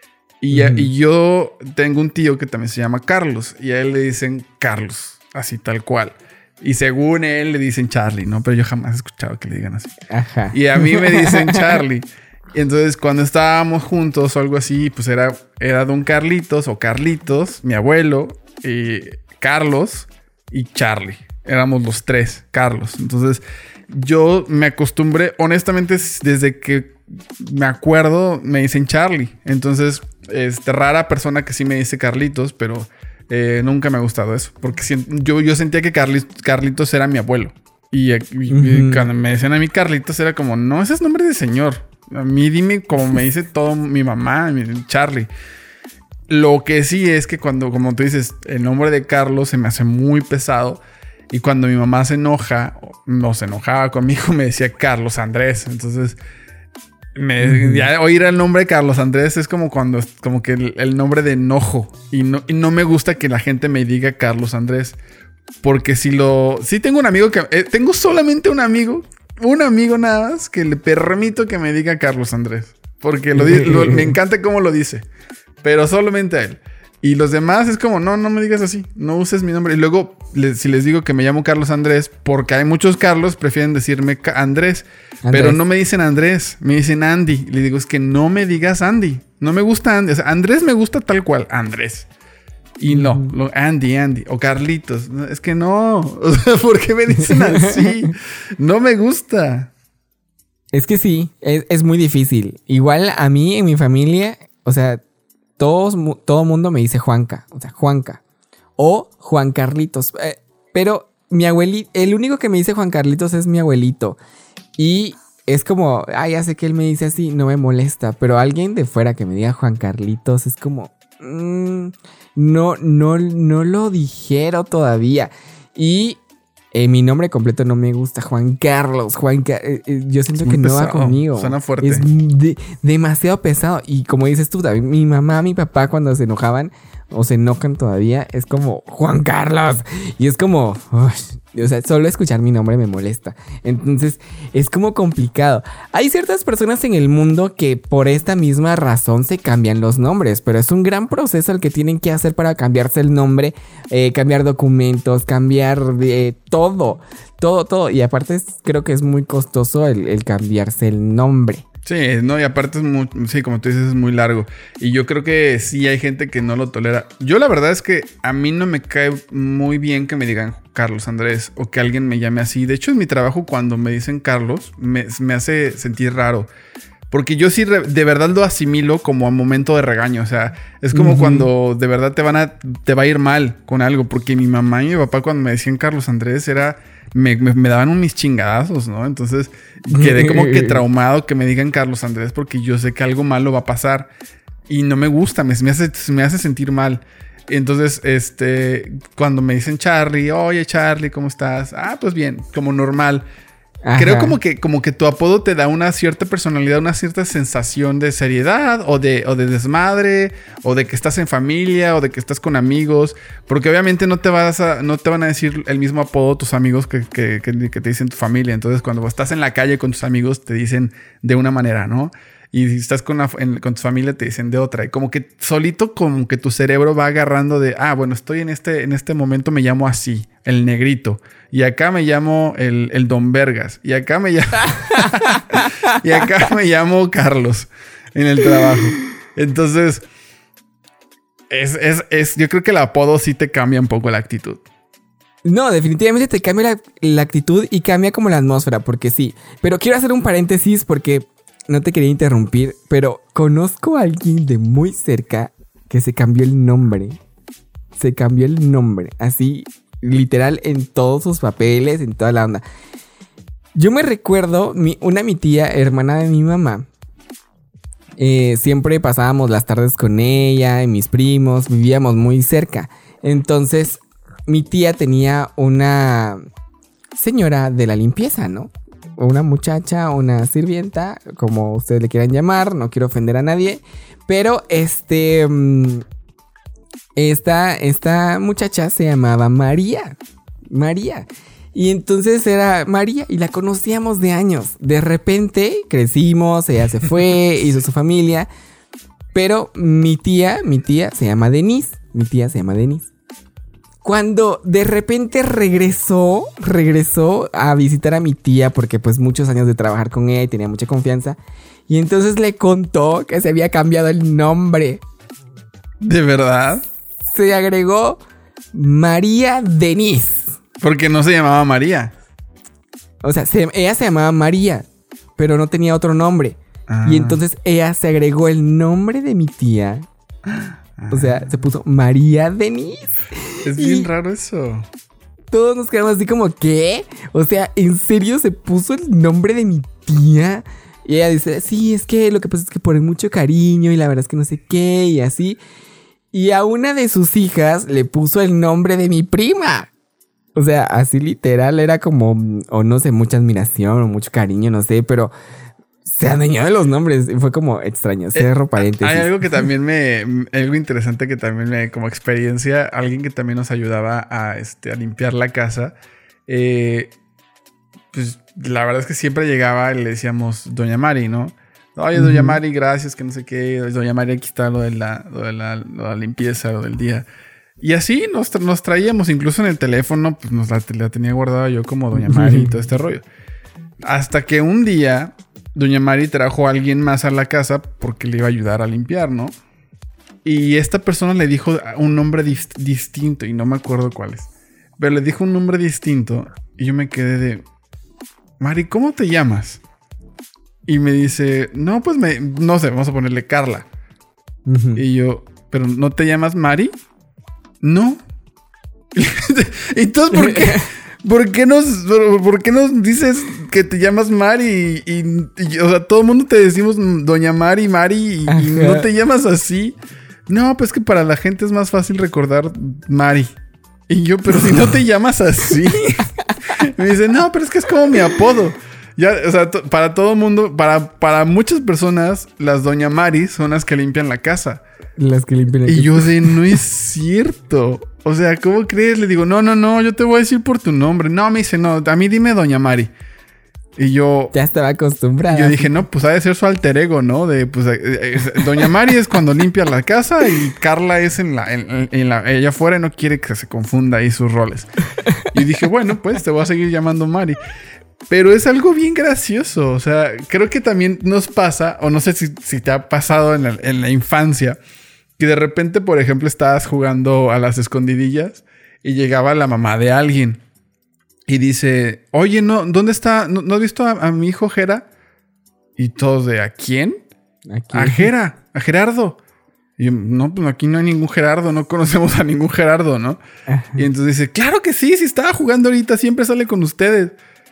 Y yo tengo un tío que también se llama Carlos y a él le dicen Carlos, así tal cual. Y según él le dicen Charlie, ¿no? Pero yo jamás he escuchado que le digan así. Ajá. Y a mí me dicen Charlie. Y entonces cuando estábamos juntos o algo así, pues era Don Carlitos o Carlitos, mi abuelo, y Carlos y Charlie. Éramos los tres, Carlos. Entonces, yo me acostumbré, honestamente, desde que me acuerdo, me dicen Charlie. Entonces, rara persona que sí me dice Carlitos, pero nunca me ha gustado eso. Porque yo sentía que Carlitos era mi abuelo. Y cuando me decían a mí Carlitos, era como, no, ese es nombre de señor. A mí dime como me dice todo mi mamá, Charlie. Lo que sí es que como tú dices, el nombre de Carlos se me hace muy pesado. Y cuando mi mamá se enojaba conmigo, me decía Carlos Andrés. Entonces, ya oír el nombre de Carlos Andrés es como que el nombre de enojo. Y no me gusta que la gente me diga Carlos Andrés. Porque sí tengo un amigo tengo solamente un amigo nada más que le permito que me diga Carlos Andrés. Porque me encanta cómo lo dice. Pero solamente a él. Y los demás es como, no me digas así, no uses mi nombre. Y luego, si les digo que me llamo Carlos Andrés, porque hay muchos Carlos, prefieren decirme Andrés. Pero no me dicen Andrés, me dicen Andy. Le digo, es que no me digas Andy. No me gusta Andy. O sea, Andrés me gusta tal cual, Andrés. Y Andy, o Carlitos. Es que no. O sea, ¿por qué me dicen así? No me gusta. Es que sí, es muy difícil. Igual a mí, en mi familia, o sea... Todo mundo me dice Juanca, o sea, Juanca. O Juan Carlitos. Pero mi abuelito, el único que me dice Juan Carlitos es mi abuelito. Y es como, ya sé que él me dice así, no me molesta. Pero alguien de fuera que me diga Juan Carlitos es como, no lo dijeron todavía. Y mi nombre completo no me gusta, Juan Carlos. Yo siento que no va conmigo. Suena fuerte. Es demasiado pesado. Y como dices tú, David, mi mamá, mi papá, cuando se enojaban o se enojan todavía, es como Juan Carlos. Y es como, o sea, solo escuchar mi nombre me molesta. Entonces, es como complicado. Hay ciertas personas en el mundo que por esta misma razón se cambian los nombres, pero es un gran proceso el que tienen que hacer para cambiarse el nombre, cambiar documentos, cambiar todo. Y aparte creo que es muy costoso el cambiarse el nombre. Sí, no, y aparte es muy, sí, como tú dices, es muy largo. Y yo creo que sí hay gente que no lo tolera. Yo la verdad es que a mí no me cae muy bien que me digan Carlos Andrés o que alguien me llame así. De hecho, en mi trabajo cuando me dicen Carlos, me hace sentir raro. Porque yo sí de verdad lo asimilo como a momento de regaño. O sea, es como cuando de verdad te va a ir mal con algo. Porque mi mamá y mi papá cuando me decían Carlos Andrés me daban mis chingadazos, ¿no? Entonces quedé como que traumado que me digan Carlos Andrés porque yo sé que algo malo va a pasar. Y no me gusta, me hace sentir mal. Entonces, cuando me dicen Charlie, oye Charlie, ¿cómo estás? Ah, pues bien, como normal. Ajá. Creo como que tu apodo te da una cierta personalidad, una cierta sensación de seriedad o de desmadre, o de que estás en familia, o de que estás con amigos. Porque obviamente no te van a decir el mismo apodo tus amigos que te dicen tu familia. Entonces, cuando estás en la calle con tus amigos, te dicen de una manera, ¿no? Y si estás con tu familia, te dicen de otra. Y como que solito, como que tu cerebro va agarrando de, bueno, estoy en este momento me llamo así, el negrito. Y acá me llamo el Don Vergas. Y acá me llamo y acá me llamo Carlos en el trabajo. Entonces, yo creo que el apodo sí te cambia un poco la actitud. No, definitivamente te cambia la actitud y cambia como la atmósfera, porque sí. Pero quiero hacer un paréntesis porque no te quería interrumpir, pero conozco a alguien de muy cerca que se cambió el nombre. Se cambió el nombre, así, literal, en todos sus papeles, en toda la onda. Yo me recuerdo, mi tía, hermana de mi mamá, siempre pasábamos las tardes con ella y mis primos, vivíamos muy cerca. Entonces, mi tía tenía una señora de la limpieza, ¿no? Una muchacha, una sirvienta, como ustedes le quieran llamar, no quiero ofender a nadie, pero esta muchacha se llamaba María. Y entonces era María y la conocíamos de años. De repente crecimos, ella se fue, hizo su familia, pero mi tía se llama Denise. Cuando de repente regresó a visitar a mi tía, porque pues muchos años de trabajar con ella y tenía mucha confianza, y entonces le contó que se había cambiado el nombre. ¿De verdad? Se agregó María Denise. Porque no se llamaba María. O sea, ella se llamaba María, pero no tenía otro nombre. Y entonces ella se agregó el nombre de mi tía. O sea, se puso María Denise. Es bien raro eso. Todos nos quedamos así como, ¿qué? O sea, ¿en serio se puso el nombre de mi tía? Y ella dice, sí, es que lo que pasa es que por mucho cariño y la verdad es que no sé qué y así. Y a una de sus hijas le puso el nombre de mi prima. O sea, así literal era como, o no sé, mucha admiración o mucho cariño, no sé, pero se adueñó de los nombres. Fue como extraño. Cierro paréntesis. Hay algo que también algo interesante que también como experiencia, alguien que también nos ayudaba a limpiar la casa. Pues la verdad es que siempre llegaba y le decíamos Doña Mari, ¿no? Oye, Doña Mari, gracias, que no sé qué. Doña Mari, aquí está lo de la limpieza, lo del día. Y así nos traíamos, incluso en el teléfono, pues la tenía guardada yo como Doña Mari y todo este rollo. Hasta que un día Doña Mari trajo a alguien más a la casa porque le iba a ayudar a limpiar, ¿no? Y esta persona le dijo un nombre distinto y no me acuerdo cuál es. Pero le dijo un nombre distinto y yo me quedé de... Mari, ¿cómo te llamas? Y me dice, no, pues no sé, vamos a ponerle Carla. Y yo, ¿pero no te llamas Mari? No. Entonces, ¿por qué nos dices que te llamas Mari? Y, o sea, todo el mundo te decimos Doña Mari y no te llamas así. No, pues que para la gente es más fácil recordar Mari. Y yo, pero si no te llamas así. Me dice, no, pero es que es como mi apodo. Ya, o sea, para todo el mundo, para muchas personas, las Doña Mari son las que limpian la casa. Las que limpian la casa. Y yo no es cierto. O sea, ¿cómo crees? Le digo, no, yo te voy a decir por tu nombre. No, me dice, no, a mí dime Doña Mari. Y yo... Ya estaba acostumbrada. Yo dije, no, pues ha de ser su alter ego, ¿no? Doña Mari es cuando limpia la casa y Carla es ella afuera y no quiere que se confunda ahí sus roles. Y dije, bueno, pues te voy a seguir llamando Mari. Pero es algo bien gracioso. O sea, creo que también nos pasa, o no sé si te ha pasado en la infancia, que de repente, por ejemplo, estabas jugando a las escondidillas y llegaba la mamá de alguien y dice, oye, no, ¿dónde está? ¿No has visto a mi hijo Jera? Y todos de, ¿a quién? A Jera, a Gerardo. Y yo, no, pues aquí no hay ningún Gerardo, no conocemos a ningún Gerardo, ¿no? Ajá. Y entonces dice, claro que sí, si estaba jugando ahorita, siempre sale con ustedes.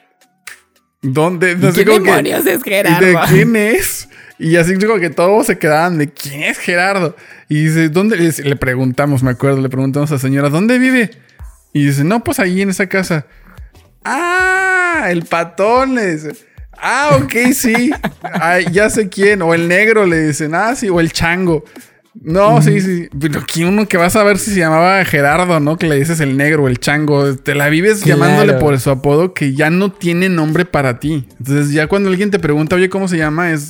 ¿Dónde? No sé, ¿Qué demonios es Gerardo? ¿De quién es? Y así como que todos se quedaban de ¿quién es Gerardo? Y dice, ¿dónde? Le preguntamos, me acuerdo, le preguntamos a la señora, ¿dónde vive? Y dice, no, pues ahí en esa casa. ¡Ah! El patón, le dice. Ah, ok, sí. Ay, ya sé quién. O el negro, le dicen. Ah, sí. O el chango. No, sí. Pero aquí uno que vas a ver si se llamaba Gerardo, ¿no? Que le dices el negro o el chango. Te la vives llamándole por su apodo que ya no tiene nombre para ti. Entonces ya cuando alguien te pregunta, oye, ¿cómo se llama? Es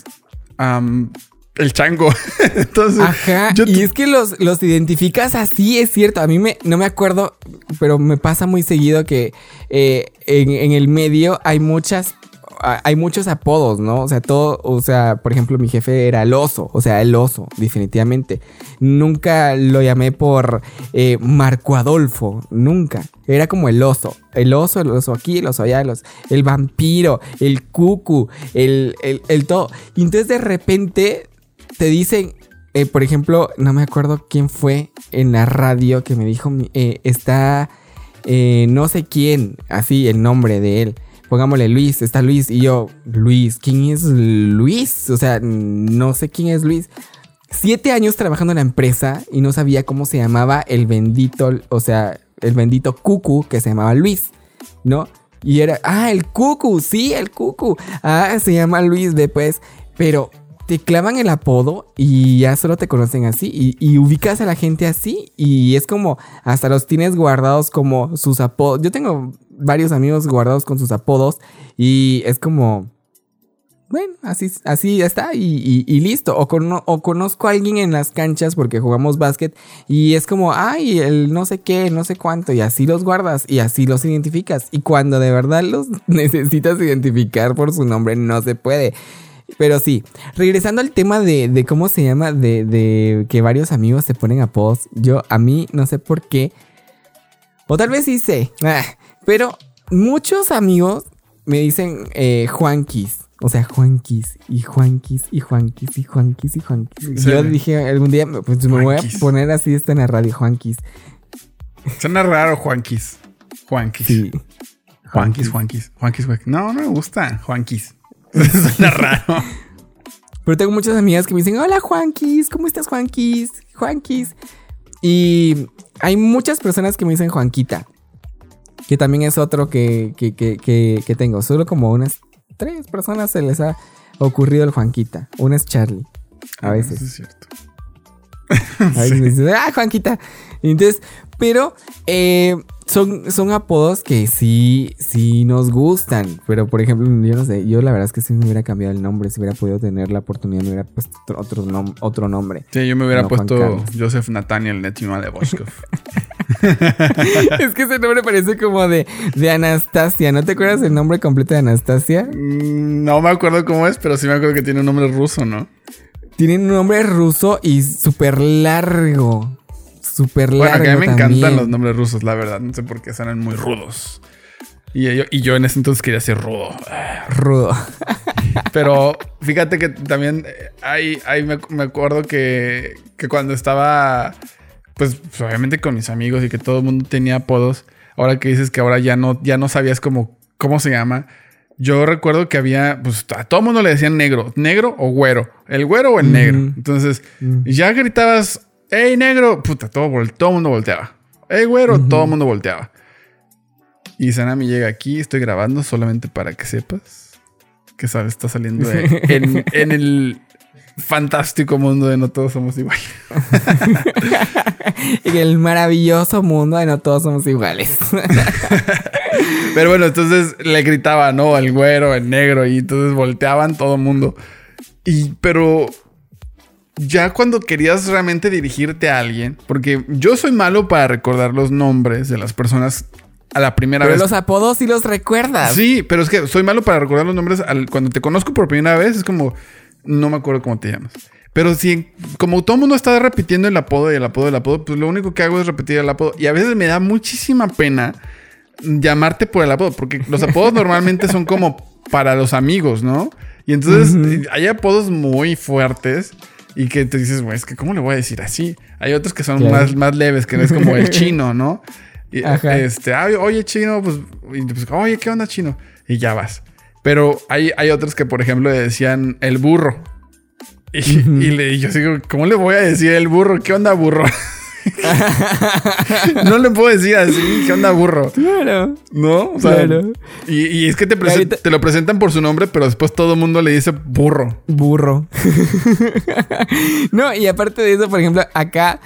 el chango. Entonces, ajá. Y es que los identificas así, es cierto. A mí no me acuerdo, pero me pasa muy seguido que en el medio hay muchos apodos, ¿no? O sea, por ejemplo, mi jefe era el oso, definitivamente. Nunca lo llamé por Marco Adolfo, nunca. Era como el oso aquí, el oso allá, el vampiro, el cucu, el todo. Y entonces de repente te dicen, por ejemplo, no me acuerdo quién fue en la radio que me dijo, está no sé quién, así el nombre de él. Pongámosle Luis, está Luis. Y yo, Luis, ¿quién es Luis? O sea, no sé quién es Luis. 7 años trabajando en la empresa y no sabía cómo se llamaba el bendito cucu que se llamaba Luis, ¿no? Y era, el cucu, sí, el cucu. Se llama Luis después. Pero te clavan el apodo y ya solo te conocen así. Y ubicas a la gente así. Y es como, hasta los tienes guardados como sus apodos. Yo tengo varios amigos guardados con sus apodos y es como, bueno, así ya está y listo. O conozco a alguien en las canchas porque jugamos básquet y es como, el no sé qué, no sé cuánto, y así los guardas y así los identificas. Y cuando de verdad los necesitas identificar por su nombre, no se puede. Pero sí, regresando al tema de cómo se llama, de que varios amigos se ponen apodos, a mí no sé por qué, o tal vez sí sé, pero muchos amigos me dicen Juanquis. O sea, Juanquis y Juanquis y Juanquis y Juanquis y Juanquis. Sí. Yo dije algún día, pues me voy a poner así esto en la radio, Juanquis. Suena raro, Juanquis. Juanquis. Sí. Juanquis. No me gusta, Juanquis. Suena raro. Pero tengo muchas amigas que me dicen, hola Juanquis, ¿cómo estás Juanquis? Juanquis. Y hay muchas personas que me dicen Juanquita. Que también es otro que tengo. Solo como unas 3 personas se les ha ocurrido el Juanquita. Una es Charlie. A veces. Eso es cierto. A veces me dicen, Juanquita. Entonces, pero son apodos que sí nos gustan. Pero, por ejemplo, yo no sé. Yo la verdad es que si me hubiera cambiado el nombre, si hubiera podido tener la oportunidad, me hubiera puesto otro nombre. Sí, yo me hubiera puesto Joseph Nathaniel Netima de Boschkov. Es que ese nombre parece como de Anastasia. ¿No te acuerdas el nombre completo de Anastasia? No me acuerdo cómo es, pero sí me acuerdo que tiene un nombre ruso, ¿no? Tiene un nombre ruso y súper largo. Bueno, que a mí me encantan los nombres rusos, la verdad. No sé por qué suenan muy rudos. Y yo en ese entonces quería ser rudo. Rudo. Pero fíjate que también me acuerdo que cuando estaba, pues obviamente con mis amigos y que todo el mundo tenía apodos. Ahora que dices que ahora ya no sabías cómo se llama. Yo recuerdo que había, pues a todo el mundo le decían negro o güero. El güero o el negro. Entonces, ya gritabas, ¡ey, negro! Puta, todo el mundo volteaba. ¡Ey, güero! Todo el mundo volteaba. Y Sanami llega aquí, estoy grabando solamente para que sepas que está saliendo en el fantástico mundo de No Todos Somos Iguales. En el maravilloso mundo de No Todos Somos Iguales. Pero bueno, entonces le gritaba, ¿no? Al güero, el negro, y entonces volteaban todo el mundo. Pero ya cuando querías realmente dirigirte a alguien, porque yo soy malo para recordar los nombres de las personas a la primera Pero vez. los apodos sí los recuerdas. Sí, pero es que soy malo para recordar los nombres. Cuando te conozco por primera vez es como, no me acuerdo cómo te llamas. Pero si, como todo el mundo está repitiendo el apodo y el apodo y el apodo, pues lo único que hago es repetir el apodo. Y a veces me da muchísima pena llamarte por el apodo, porque los apodos normalmente son como para los amigos, ¿no? Y entonces hay apodos muy fuertes y que te dices, güey, es que ¿cómo le voy a decir así? Hay otros que son más leves, que no es como el chino, ¿no? Y, oye, chino, pues, oye, ¿qué onda, chino? Y ya vas. Pero hay otros que, por ejemplo, le decían el burro. Y yo digo, ¿cómo le voy a decir el burro? ¿Qué onda, burro? No le puedo decir así, ¿qué onda, burro? Claro. ¿No? O sea, claro. Y es que te lo presentan por su nombre, pero después todo el mundo le dice burro. Burro. No, y aparte de eso, por ejemplo, acá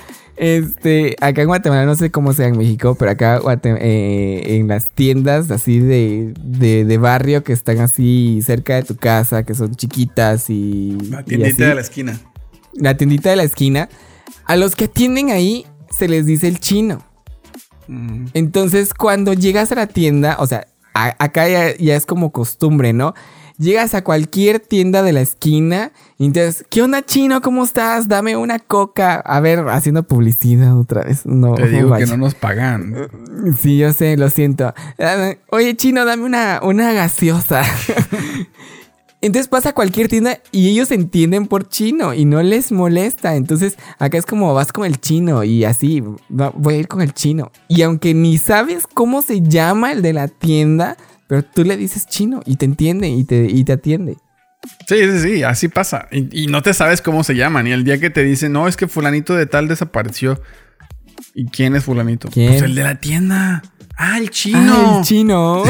en Guatemala, no sé cómo sea en México, pero acá en las tiendas así de barrio que están así cerca de tu casa, que son chiquitas y... La tiendita de la esquina. La tiendita de la esquina. A los que atienden ahí se les dice el chino. Entonces, cuando llegas a la tienda, o sea, acá ya es como costumbre, ¿no? Llegas a cualquier tienda de la esquina y entonces, ¿qué onda, chino? ¿Cómo estás? Dame una coca. A ver, haciendo publicidad otra vez. No, te digo vaya. que no nos pagan. Sí, yo sé, lo siento. Oye, chino, dame una gaseosa. Entonces vas a cualquier tienda y ellos entienden por chino y no les molesta. Entonces acá es como vas con el chino y así, voy a ir con el chino. Y aunque ni sabes cómo se llama el de la tienda, pero tú le dices chino y te entiende y te atiende. Sí, así pasa. Y no te sabes cómo se llaman. Y el día que te dicen, no, es que fulanito de tal desapareció. ¿Y quién es fulanito? ¿Quién? Pues el de la tienda. Ah, el chino. Ah, el chino.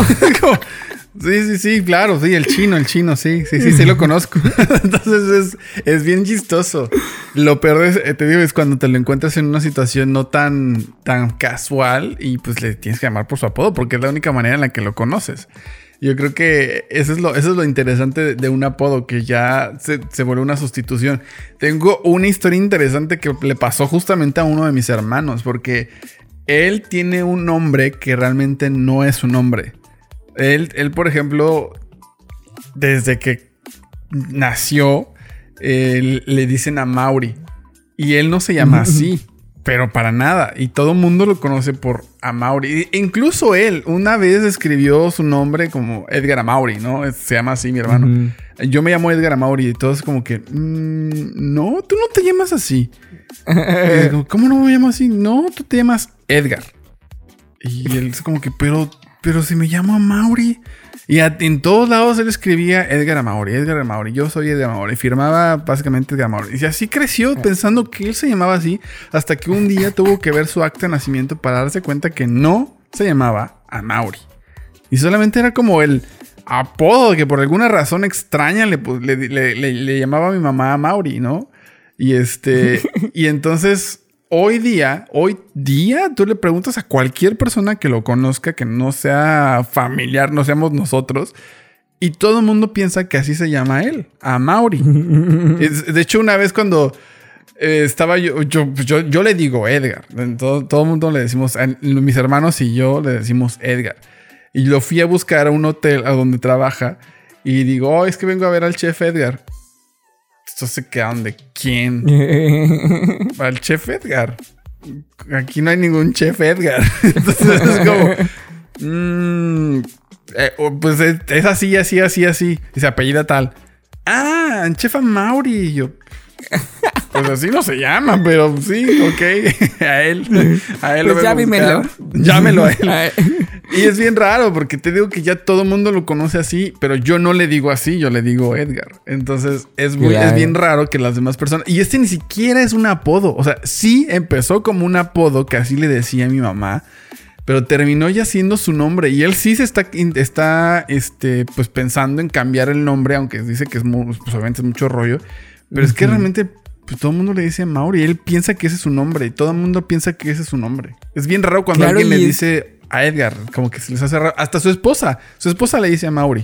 Sí, claro, sí, el chino, sí, lo conozco. Entonces es bien chistoso. Lo peor te digo, es cuando te lo encuentras en una situación no tan casual y pues le tienes que llamar por su apodo porque es la única manera en la que lo conoces. Yo creo que eso es lo interesante de un apodo, que ya se vuelve una sustitución. Tengo una historia interesante que le pasó justamente a uno de mis hermanos, porque él tiene un nombre que realmente no es su nombre. Él, por ejemplo, desde que nació, le dicen a Mauri. Y él no se llama así, pero para nada. Y todo el mundo lo conoce por Amaury. Incluso él una vez escribió su nombre como Edgar Amaury, ¿no? Se llama así mi hermano. Yo me llamo Edgar Amaury y todos como que... no, tú no te llamas así. Y digo, ¿cómo no me llamo así? No, tú te llamas Edgar. Y él es como que, pero si me llamo Amaury. Y en todos lados él escribía Edgar Amaury. Yo soy Edgar Amaury. Firmaba básicamente Edgar Amaury. Y así creció pensando que él se llamaba así, hasta que un día tuvo que ver su acta de nacimiento para darse cuenta que no se llamaba Amaury. Y solamente era como el apodo que por alguna razón extraña le llamaba a mi mamá Amaury, ¿no? Y y entonces... Hoy día, tú le preguntas a cualquier persona que lo conozca, que no sea familiar, no seamos nosotros, y todo el mundo piensa que así se llama él, Amaury. De hecho, una vez cuando estaba yo le digo Edgar. Todo el mundo le decimos, mis hermanos y yo le decimos Edgar. Y lo fui a buscar a un hotel a donde trabaja y digo, es que vengo a ver al chef Edgar. Estos se quedan de ¿quién? Al chef Edgar. Aquí no hay ningún chef Edgar. Entonces es como... pues es así. Y se apellida tal. Ah, chef Amaury. Y yo... Pues así no se llama, pero sí, ok. A él pues lo llámelo. Llámelo a él. Y es bien raro porque te digo que ya todo el mundo lo conoce así, pero yo no le digo así, yo le digo Edgar. Entonces es bien raro que las demás personas... Y ni siquiera es un apodo. O sea, sí empezó como un apodo que así le decía a mi mamá, pero terminó ya siendo su nombre. Y él sí se está pues pensando en cambiar el nombre, aunque dice que pues obviamente es mucho rollo. Pero es que realmente pues, todo el mundo le dice Amaury y él piensa que ese es su nombre. Y todo el mundo piensa que ese es su nombre. Es bien raro cuando alguien le dice a Edgar, como que se les hace raro. Hasta su esposa le dice Amaury.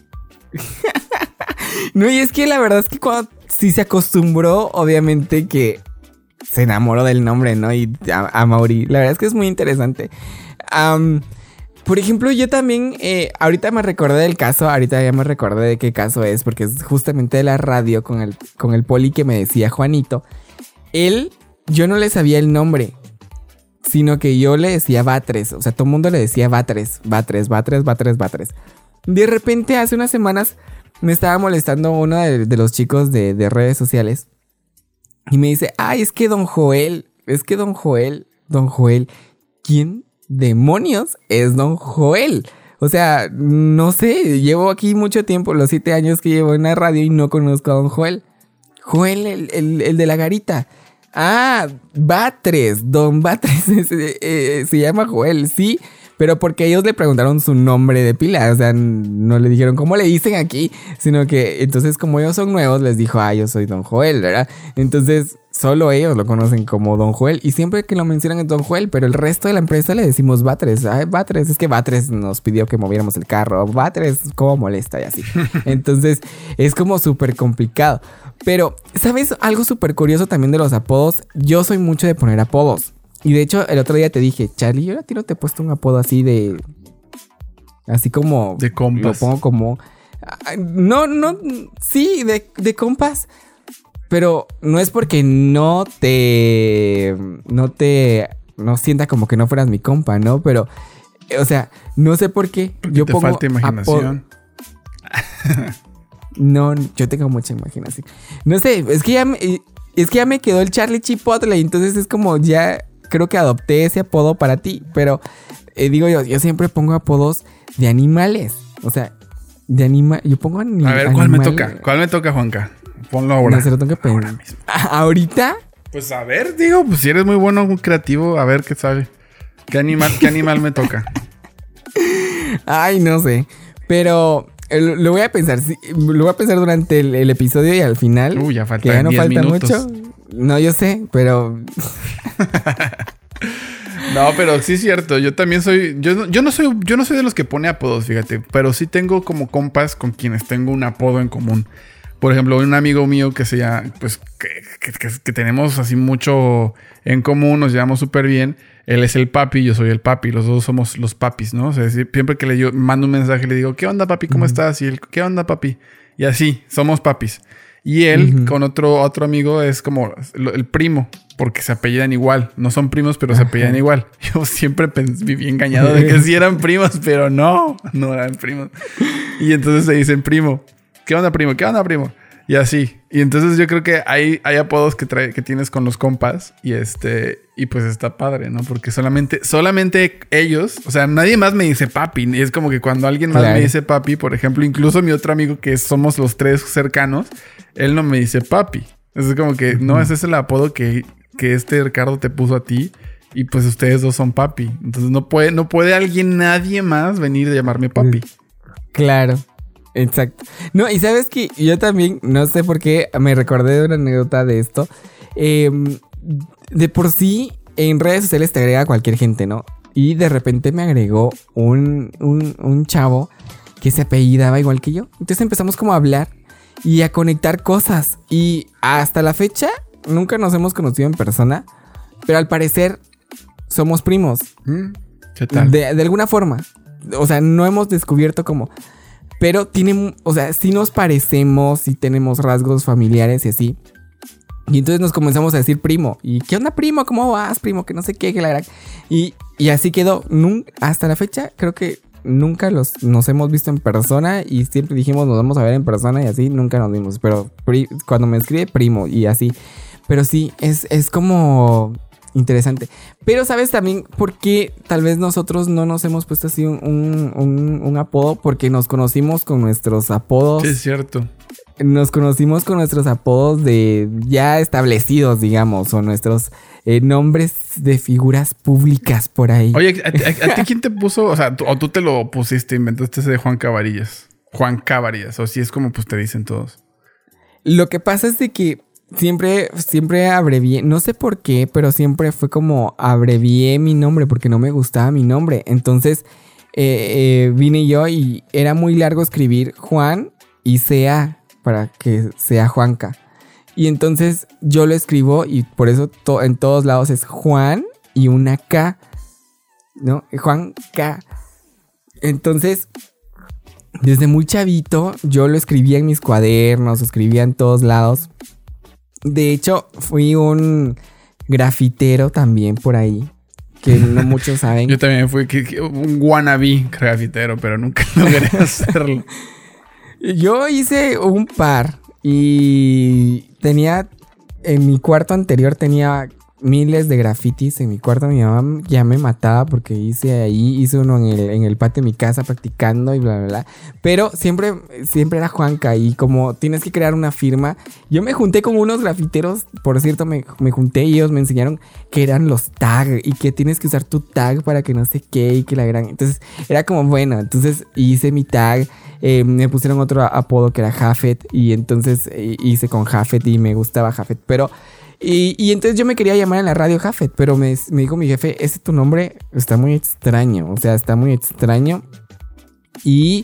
No, y es que la verdad es que cuando sí se acostumbró, obviamente que se enamoró del nombre, ¿no? Y Amaury, la verdad es que es muy interesante. por ejemplo, yo también, ahorita me recordé del caso, ahorita ya me recordé de qué caso es, porque es justamente de la radio con el poli que me decía Juanito. Él, yo no le sabía el nombre, sino que yo le decía Batres, o sea, todo el mundo le decía Batres. De repente, hace unas semanas, me estaba molestando uno de los chicos de redes sociales y me dice, ay, es que Don Joel, ¿quién demonios es Don Joel? O sea, no sé, llevo aquí mucho tiempo, los 7 años que llevo en la radio y no conozco a Don Joel. Joel, el de la garita. Ah, Batres, Don Batres, se llama Joel, sí, pero porque ellos le preguntaron su nombre de pila, o sea, no le dijeron cómo le dicen aquí, sino que entonces como ellos son nuevos, les dijo, yo soy Don Joel, ¿verdad? Entonces solo ellos lo conocen como Don Joel y siempre que lo mencionan es Don Joel, pero el resto de la empresa le decimos Batres. Ay, Batres, es que Batres nos pidió que moviéramos el carro, Batres, cómo molesta y así. Entonces es como súper complicado. Pero, ¿sabes algo súper curioso también de los apodos? Yo soy mucho de poner apodos. Y de hecho, el otro día te dije, Charlie, yo a ti no te he puesto un apodo así de... Así como... De compas. Lo pongo como... No, sí, de compas. Pero no es porque no sienta como que no fueras mi compa, ¿no? Pero, o sea, no sé por qué. Porque yo te pongo falta imaginación. No, yo tengo mucha imaginación. No sé, es que ya me quedó el Charlie Chipotle. Entonces es como ya creo que adopté ese apodo para ti. Pero digo yo siempre pongo apodos de animales. O sea, de animales. Yo pongo animales. A ver, ¿cuál me toca? ¿Cuál me toca, Juanca? Ponlo ahora. No se lo tengo que pedir. Ahora mismo. ¿Ahorita? Pues a ver, digo, pues si eres muy bueno, muy creativo, a ver qué sale. ¿Qué animal me toca? Ay, no sé. Pero lo voy a pensar. Lo voy a pensar durante el episodio y al final. Ya falta que ya no 10 falta minutos. mucho. No, yo sé, pero... No, pero sí es cierto. Yo también soy... Yo no soy de los que pone apodos, fíjate. Pero sí tengo como compas con quienes tengo un apodo en común. Por ejemplo, un amigo mío que se llama... Pues que tenemos así mucho en común. Nos llevamos súper bien. Él es el papi, yo soy el papi. Los dos somos los papis, ¿no? O sea, siempre que le mando un mensaje le digo, ¿qué onda, papi? ¿Cómo estás? Y él, ¿qué onda, papi? Y así, somos papis. Y él, con otro amigo, es como el primo, porque se apellidan igual. No son primos, pero se apellidan igual. Yo siempre viví engañado de que sí eran primos, pero no eran primos. Y entonces se dicen primo. ¿Qué onda, primo? ¿Qué onda, primo? Y así. Y entonces yo creo que hay apodos que tienes con los compas. Y pues está padre, ¿no? Porque solamente ellos, o sea, nadie más me dice papi. Y es como que cuando alguien más me dice papi, por ejemplo, incluso mi otro amigo que somos los 3 cercanos, él no me dice papi. Es como que, no, ese es el apodo que Ricardo te puso a ti. Y pues ustedes dos son papi. Entonces no puede nadie más venir a llamarme papi. Claro. Exacto. No, y sabes que yo también, no sé por qué, me recordé de una anécdota de esto. De por sí, en redes sociales te agrega cualquier gente, ¿no? Y de repente me agregó un chavo que se apellidaba igual que yo. Entonces empezamos como a hablar y a conectar cosas. Y hasta la fecha, nunca nos hemos conocido en persona. Pero al parecer, somos primos. ¿Qué tal? De alguna forma. O sea, no hemos descubierto como... Pero sí nos parecemos y tenemos rasgos familiares y así. Y entonces nos comenzamos a decir primo. ¿Y qué onda, primo? ¿Cómo vas, primo? Que no sé qué, que la gran... Y así quedó. Hasta la fecha creo que nunca nos hemos visto en persona. Y siempre dijimos nos vamos a ver en persona y así nunca nos vimos. Pero cuando me escribe primo y así. Pero sí, es como... interesante. Pero ¿sabes también por qué tal vez nosotros no nos hemos puesto así un apodo? Porque nos conocimos con nuestros apodos. Sí, es cierto. Nos conocimos con nuestros apodos de ya establecidos, digamos, o nuestros nombres de figuras públicas por ahí. Oye, ¿a ti quién te puso? O sea, tú te lo pusiste, inventaste ese de Juan Cabarillas. Juan Cabarillas, o si es como pues te dicen todos. Lo que pasa es de que siempre abrevié, no sé por qué, pero siempre fue como abrevié mi nombre porque no me gustaba mi nombre. Entonces vine yo y era muy largo escribir Juan y CA para que sea Juanca. Y entonces yo lo escribo y por eso en todos lados es Juan y una K, ¿no? Juan K. Entonces, desde muy chavito, yo lo escribía en mis cuadernos, escribía en todos lados. De hecho, fui un grafitero también por ahí, que no muchos saben. Yo también fui un wannabe grafitero, pero nunca logré hacerlo. Yo hice un par y tenía, en mi cuarto anterior tenía miles de grafitis. En mi cuarto mi mamá ya me mataba porque hice uno en el patio de mi casa practicando y bla, bla, bla. Pero siempre era Juanca y como tienes que crear una firma, yo me junté con unos grafiteros, por cierto, me junté y ellos me enseñaron que eran los tag y que tienes que usar tu tag para que no sé qué y que la gran... Entonces era como bueno, entonces hice mi tag. Me pusieron otro apodo que era Jafet y entonces hice con Jafet y me gustaba Jafet, pero... Y entonces yo me quería llamar en la radio Jafet, pero me dijo mi jefe, ese tu nombre está muy extraño, o sea, está muy extraño. Y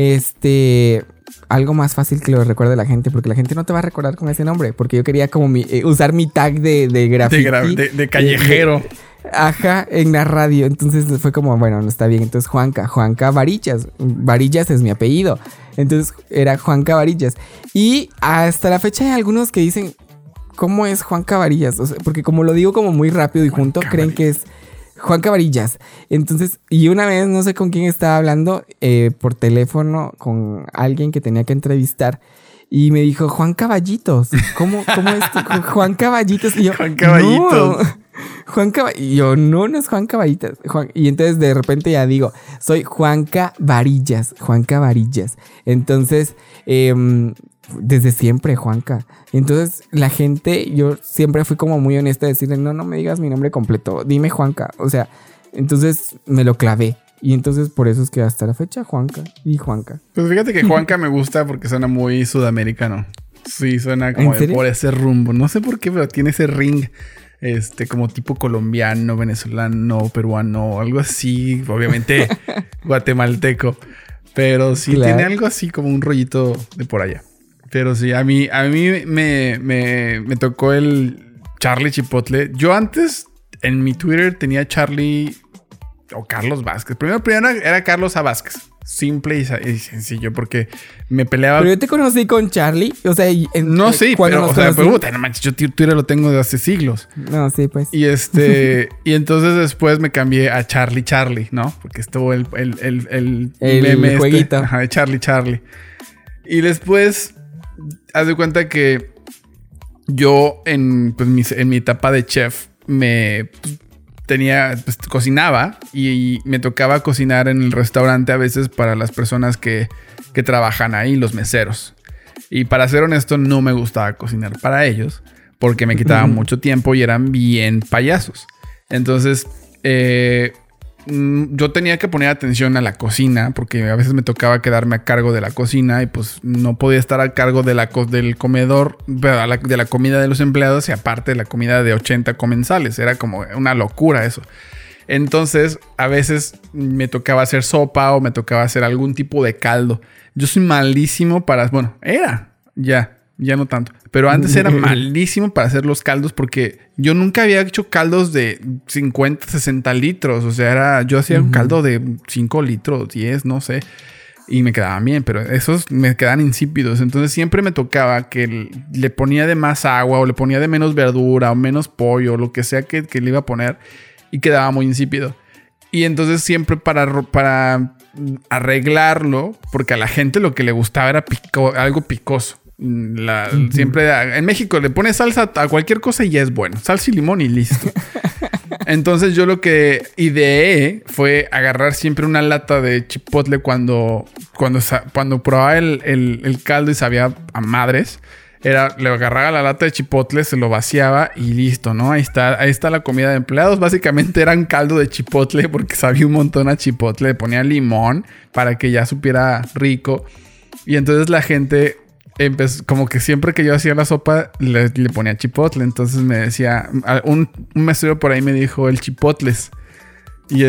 algo más fácil que lo recuerde la gente, porque la gente no te va a recordar con ese nombre, porque yo quería como usar mi tag de graffiti. De callejero. Ajá, en la radio. Entonces fue como, bueno, no está bien. Entonces Juanca Varillas. Varillas es mi apellido. Entonces era Juanca Varillas. Y hasta la fecha hay algunos que dicen, ¿cómo es Juanca Varillas? O sea, porque como lo digo como muy rápido y junto, creen que es Juanca Varillas. Entonces, y una vez no sé con quién estaba hablando por teléfono con alguien que tenía que entrevistar. Y me dijo, Juan Caballitos. ¿Cómo es Juan Caballitos? Y yo, Juan Caballitos. No. Y yo, no es Juan Caballitos. Y entonces de repente ya digo, soy Juanca Varillas. Entonces, desde siempre, Juanca. Entonces, la gente, yo siempre fui como muy honesta de decirle, no me digas mi nombre completo, dime Juanca. O sea, entonces me lo clavé. Y entonces por eso es que hasta la fecha Juanca y Juanca. Pues fíjate que Juanca me gusta porque suena muy sudamericano. Sí, suena como por ese rumbo. No sé por qué, pero tiene ese ring como tipo colombiano, venezolano, peruano, algo así. Obviamente guatemalteco. Pero sí claro. Tiene algo así como un rollito de por allá. Pero sí, a mí me tocó el Charlie Chipotle. Yo antes en mi Twitter tenía Charlie o Carlos Vázquez. Primero era Carlos A. Vázquez. Simple y sencillo, porque me peleaba. Pero yo te conocí con Charlie. O sea, no, sí, pero, o sea, no manches, yo Twitter lo tengo de hace siglos. No, sí, pues. Y y entonces después me cambié a Charlie, ¿no? Porque estuvo el meme jueguito. Ajá, de Charlie. Y después, haz de cuenta que yo en mi etapa de chef cocinaba y me tocaba cocinar en el restaurante a veces para las personas que trabajan ahí, los meseros. Y para ser honesto, no me gustaba cocinar para ellos porque me quitaba mucho tiempo y eran bien payasos. Entonces, yo tenía que poner atención a la cocina porque a veces me tocaba quedarme a cargo de la cocina y pues no podía estar a cargo del comedor, de la comida de los empleados y aparte de la comida de 80 comensales. Era como una locura eso. Entonces, a veces me tocaba hacer sopa o me tocaba hacer algún tipo de caldo. Yo soy malísimo para... Bueno, ya no tanto. Pero antes era malísimo para hacer los caldos porque yo nunca había hecho caldos de 50, 60 litros. O sea, yo hacía un caldo de 5 litros, 10, no sé. Y me quedaban bien, pero esos me quedaban insípidos. Entonces siempre me tocaba que le ponía de más agua o le ponía de menos verdura o menos pollo o lo que sea que le iba a poner y quedaba muy insípido. Y entonces siempre para arreglarlo, porque a la gente lo que le gustaba era algo picoso. Siempre en México le pones salsa a cualquier cosa y ya es bueno. Salsa y limón y listo. Entonces yo lo que ideé fue agarrar siempre una lata de chipotle cuando probaba el caldo y sabía a madres. Le agarraba la lata de chipotle, se lo vaciaba y listo, ¿no? Ahí está la comida de empleados. Básicamente eran caldo de chipotle porque sabía un montón a chipotle. Le ponía limón para que ya supiera rico. Y entonces la gente como que siempre que yo hacía la sopa le ponía chipotle. Entonces me decía, un mesero por ahí me dijo el chipotles. Y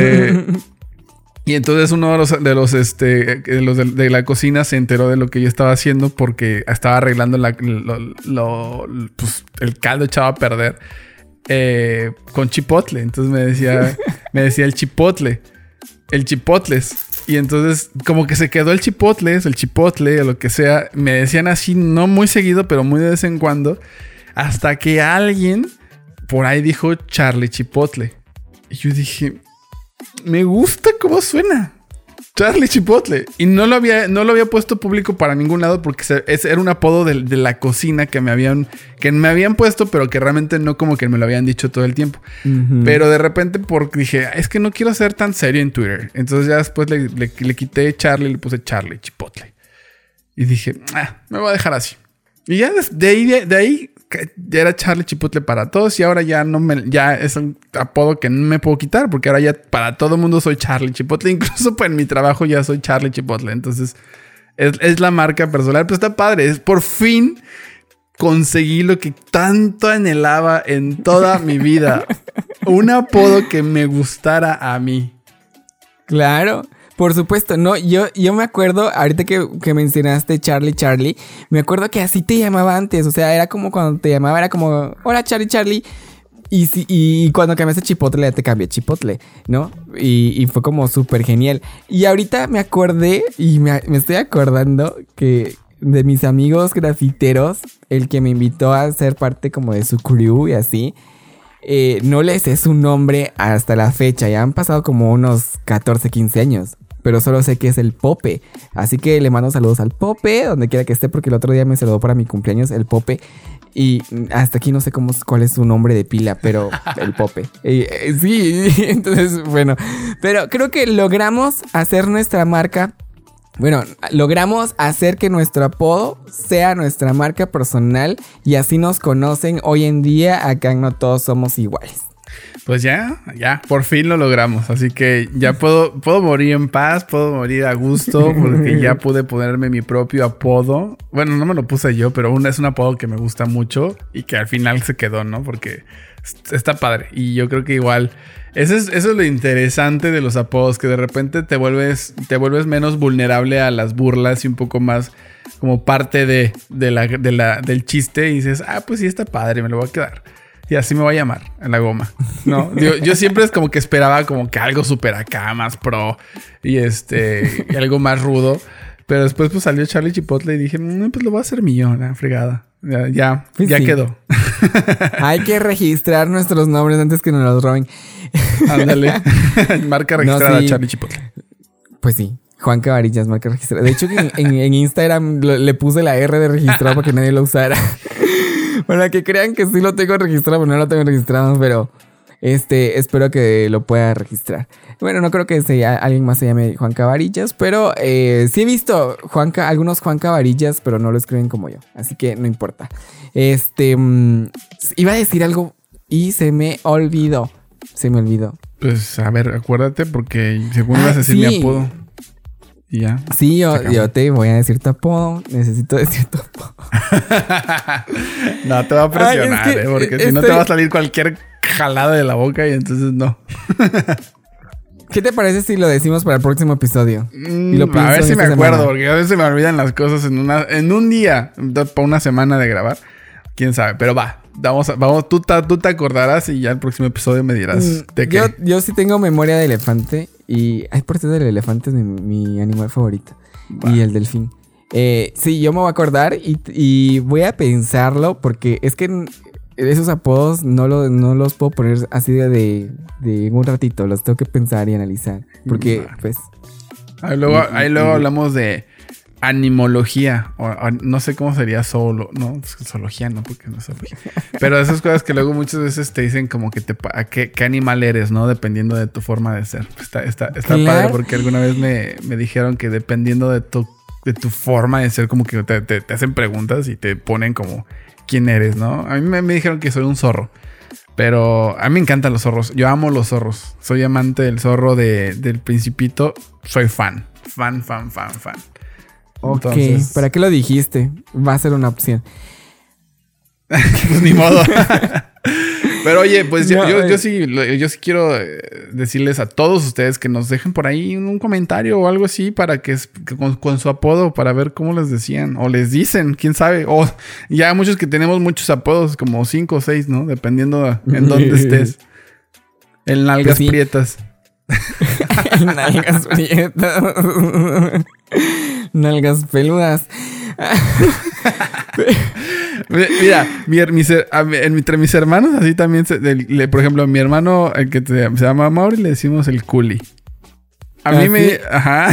y entonces uno de los de la cocina se enteró de lo que yo estaba haciendo porque estaba arreglando pues, el caldo echado a perder con chipotle. Entonces me decía el chipotle. el Chipotles. Y entonces, como que se quedó el Chipotles, el Chipotle, o lo que sea. Me decían así, no muy seguido, pero muy de vez en cuando. Hasta que alguien por ahí dijo Charlie Chipotle. Y yo dije, me gusta cómo suena. Charlie Chipotle. Y no lo había puesto público para ningún lado porque era un apodo de la cocina que me habían puesto, pero que realmente no como que me lo habían dicho todo el tiempo. Uh-huh. Pero de repente dije, es que no quiero ser tan serio en Twitter. Entonces ya después le quité Charlie y le puse Charlie Chipotle. Y dije, me voy a dejar así. Y ya de ahí ya era Charlie Chipotle para todos y ahora ya es un apodo que no me puedo quitar porque ahora ya para todo el mundo soy Charlie Chipotle, incluso pues en mi trabajo ya soy Charlie Chipotle, entonces es la marca personal, pero está padre, por fin conseguí lo que tanto anhelaba en toda mi vida, un apodo que me gustara a mí. Claro. Por supuesto, no, yo me acuerdo, ahorita que mencionaste Charlie, me acuerdo que así te llamaba antes, o sea, era como cuando te llamaba, era como, hola Charlie, y cuando cambiaste Chipotle ya te cambié Chipotle, ¿no? Y fue como súper genial. Y ahorita me acordé, y me estoy acordando que de mis amigos grafiteros, el que me invitó a ser parte como de su crew y así, no les sé su nombre hasta la fecha, ya han pasado como unos 14, 15 años. Pero solo sé que es el Pope. Así que le mando saludos al Pope, donde quiera que esté, porque el otro día me saludó para mi cumpleaños el Pope. Y hasta aquí no sé cuál es su nombre de pila, pero el Pope. Sí, entonces, bueno. Pero creo que logramos hacer nuestra marca. Bueno, logramos hacer que nuestro apodo sea nuestra marca personal. Y así nos conocen hoy en día. Acá en No Todos Somos Iguales. Pues ya, por fin lo logramos. Así que ya puedo morir en paz, puedo morir a gusto, porque ya pude ponerme mi propio apodo. Bueno, no me lo puse yo, pero es un apodo que me gusta mucho y que al final se quedó, ¿no? Porque está padre. Y yo creo que igual, eso es lo interesante de los apodos, que de repente te vuelves menos vulnerable a las burlas y un poco más como parte del chiste. Y dices, pues sí está padre, me lo voy a quedar. Y así me voy a llamar en la goma, ¿no? Yo siempre es como que esperaba como que algo súper acá, más pro y algo más rudo. Pero después pues salió Charlie Chipotle y dije, pues lo voy a hacer mío, la fregada. Ya sí. Quedó. Hay que registrar nuestros nombres antes que nos los roben. Ándale. Marca registrada, Charlie Chipotle. Pues sí. Juan Cabarillas, marca registrada. De hecho, en Instagram le puse la R de registrado para que nadie lo usara. Para que crean que sí lo tengo registrado, pero no lo tengo registrado, pero espero que lo pueda registrar. Bueno, no creo que alguien más se llame Juan Cabarillas, pero sí he visto algunos Juan Cabarillas, pero no lo escriben como yo, así que no importa. Iba a decir algo y se me olvidó. Pues a ver, acuérdate porque según vas a decir mi apodo. Y ya. Sí, yo te voy a decir tu apodo. Necesito decir tu apodo. No te va a presionar, porque si no te va a salir cualquier jalada de la boca y entonces no. ¿Qué te parece si lo decimos para el próximo episodio? Y lo a ver si me acuerdo, porque a veces se me olvidan las cosas en un día, para una semana de grabar. Quién sabe, pero va. Vamos, tú te acordarás y ya el próximo episodio me dirás de qué. Yo sí tengo memoria de elefante. Y por cierto, el elefante es mi animal favorito. Va. Y el delfín. Sí, yo me voy a acordar y voy a pensarlo, porque es que esos apodos no los puedo poner así de un ratito. Los tengo que pensar y analizar. Porque, pues... Ahí luego hablamos de animología, o no sé cómo sería zoología, no, porque no es zoología. Pero esas cosas que luego muchas veces te dicen como que qué animal eres, ¿no? Dependiendo de tu forma de ser. Está claro. Padre, porque alguna vez me dijeron que dependiendo de tu forma de ser, como que te hacen preguntas y te ponen como quién eres, ¿no? A mí me dijeron que soy un zorro. Pero a mí me encantan los zorros. Yo amo los zorros. Soy amante del zorro del Principito. Soy fan. Fan. Ok, entonces... ¿para qué lo dijiste? Va a ser una opción. Pues ni modo. Pero oye, pues yo sí quiero decirles a todos ustedes que nos dejen por ahí un comentario o algo así para que con su apodo, para ver cómo les decían o les dicen, quién sabe. O ya muchos que tenemos muchos apodos, como 5 o 6, ¿no? Dependiendo en dónde estés. En nalgas prietas. Nalgas prietas. Nalgas peludas. Mira, entre mis hermanos, así también, por ejemplo, a mi hermano, el que se llama Mauri, le decimos el culi. A mí me... Ajá.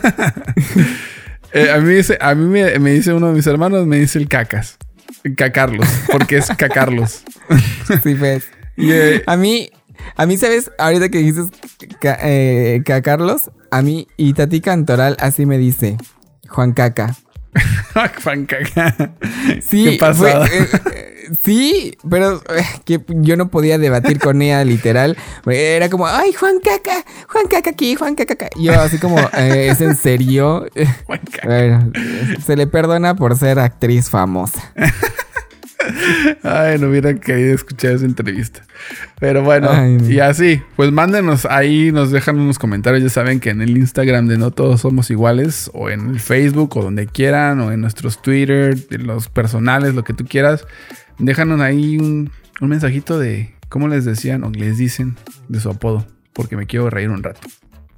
a mí me dice uno de mis hermanos, me dice el cacas. Cacarlos, porque es cacarlos. Sí, pues. Y, A mí, ¿sabes? Ahorita que dices Carlos, a mí y Tati Cantoral así me dice Juan Caca. Juan Caca. Sí, ¿Qué pasada? Sí, pero que yo no podía debatir con ella literal. Era como, ay, Juan Caca aquí, Juan Caca acá. Yo así como, ¿es en serio? Juan Caca. Bueno, se le perdona por ser actriz famosa. Ay, no hubiera querido escuchar esa entrevista. Pero bueno, Ay, no. y así, pues mándenos ahí, nos dejan unos comentarios. Ya saben que en el Instagram de No Todos Somos Iguales, o en el Facebook, o donde quieran, o en nuestros Twitter, en los personales, lo que tú quieras. Déjanos ahí un mensajito de cómo les decían o les dicen de su apodo, porque me quiero reír un rato.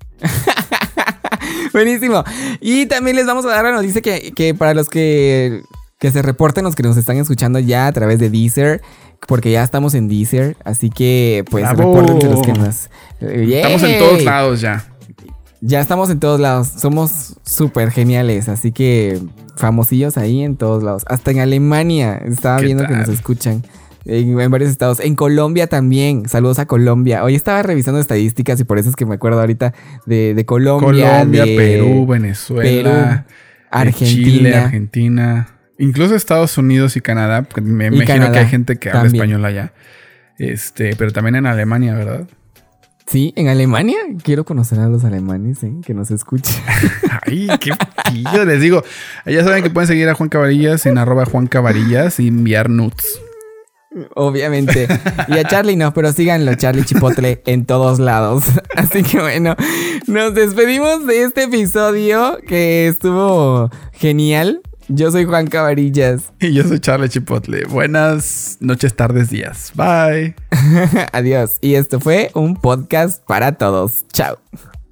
Buenísimo. Y también les vamos a dar la noticia que para los que se reporten, los que nos están escuchando ya a través de Deezer, porque ya estamos en Deezer, así que pues ¡Bravo! repórtense los que nos... Estamos en todos lados ya. Ya estamos en todos lados, somos súper geniales, así que famosillos ahí en todos lados. Hasta en Alemania estaba ¿Qué viendo tal? que nos escuchan. En varios estados. En Colombia también. Saludos a Colombia. Hoy estaba revisando estadísticas y por eso es que me acuerdo ahorita de Colombia. Colombia, de Perú, Venezuela, Argentina. Chile, Argentina. Incluso Estados Unidos y Canadá, porque me imagino Canadá que hay gente que habla también. español allá. Pero también en Alemania, ¿verdad? Sí, en Alemania. Quiero conocer a los alemanes, que nos escuchen. Ay, qué pillo. Les digo, ya saben que pueden seguir a Juan Cabarillas en @JuanCabarillas y enviar nudes. Obviamente. Y a Charlie no, pero síganlo, Charlie Chipotle, en todos lados. Así que bueno, nos despedimos de este episodio que estuvo genial. Yo soy Juan Cabarillas. Y yo soy Charlie Chipotle. Buenas noches, tardes, días. Bye. Adiós. Y esto fue un podcast para todos. Chao.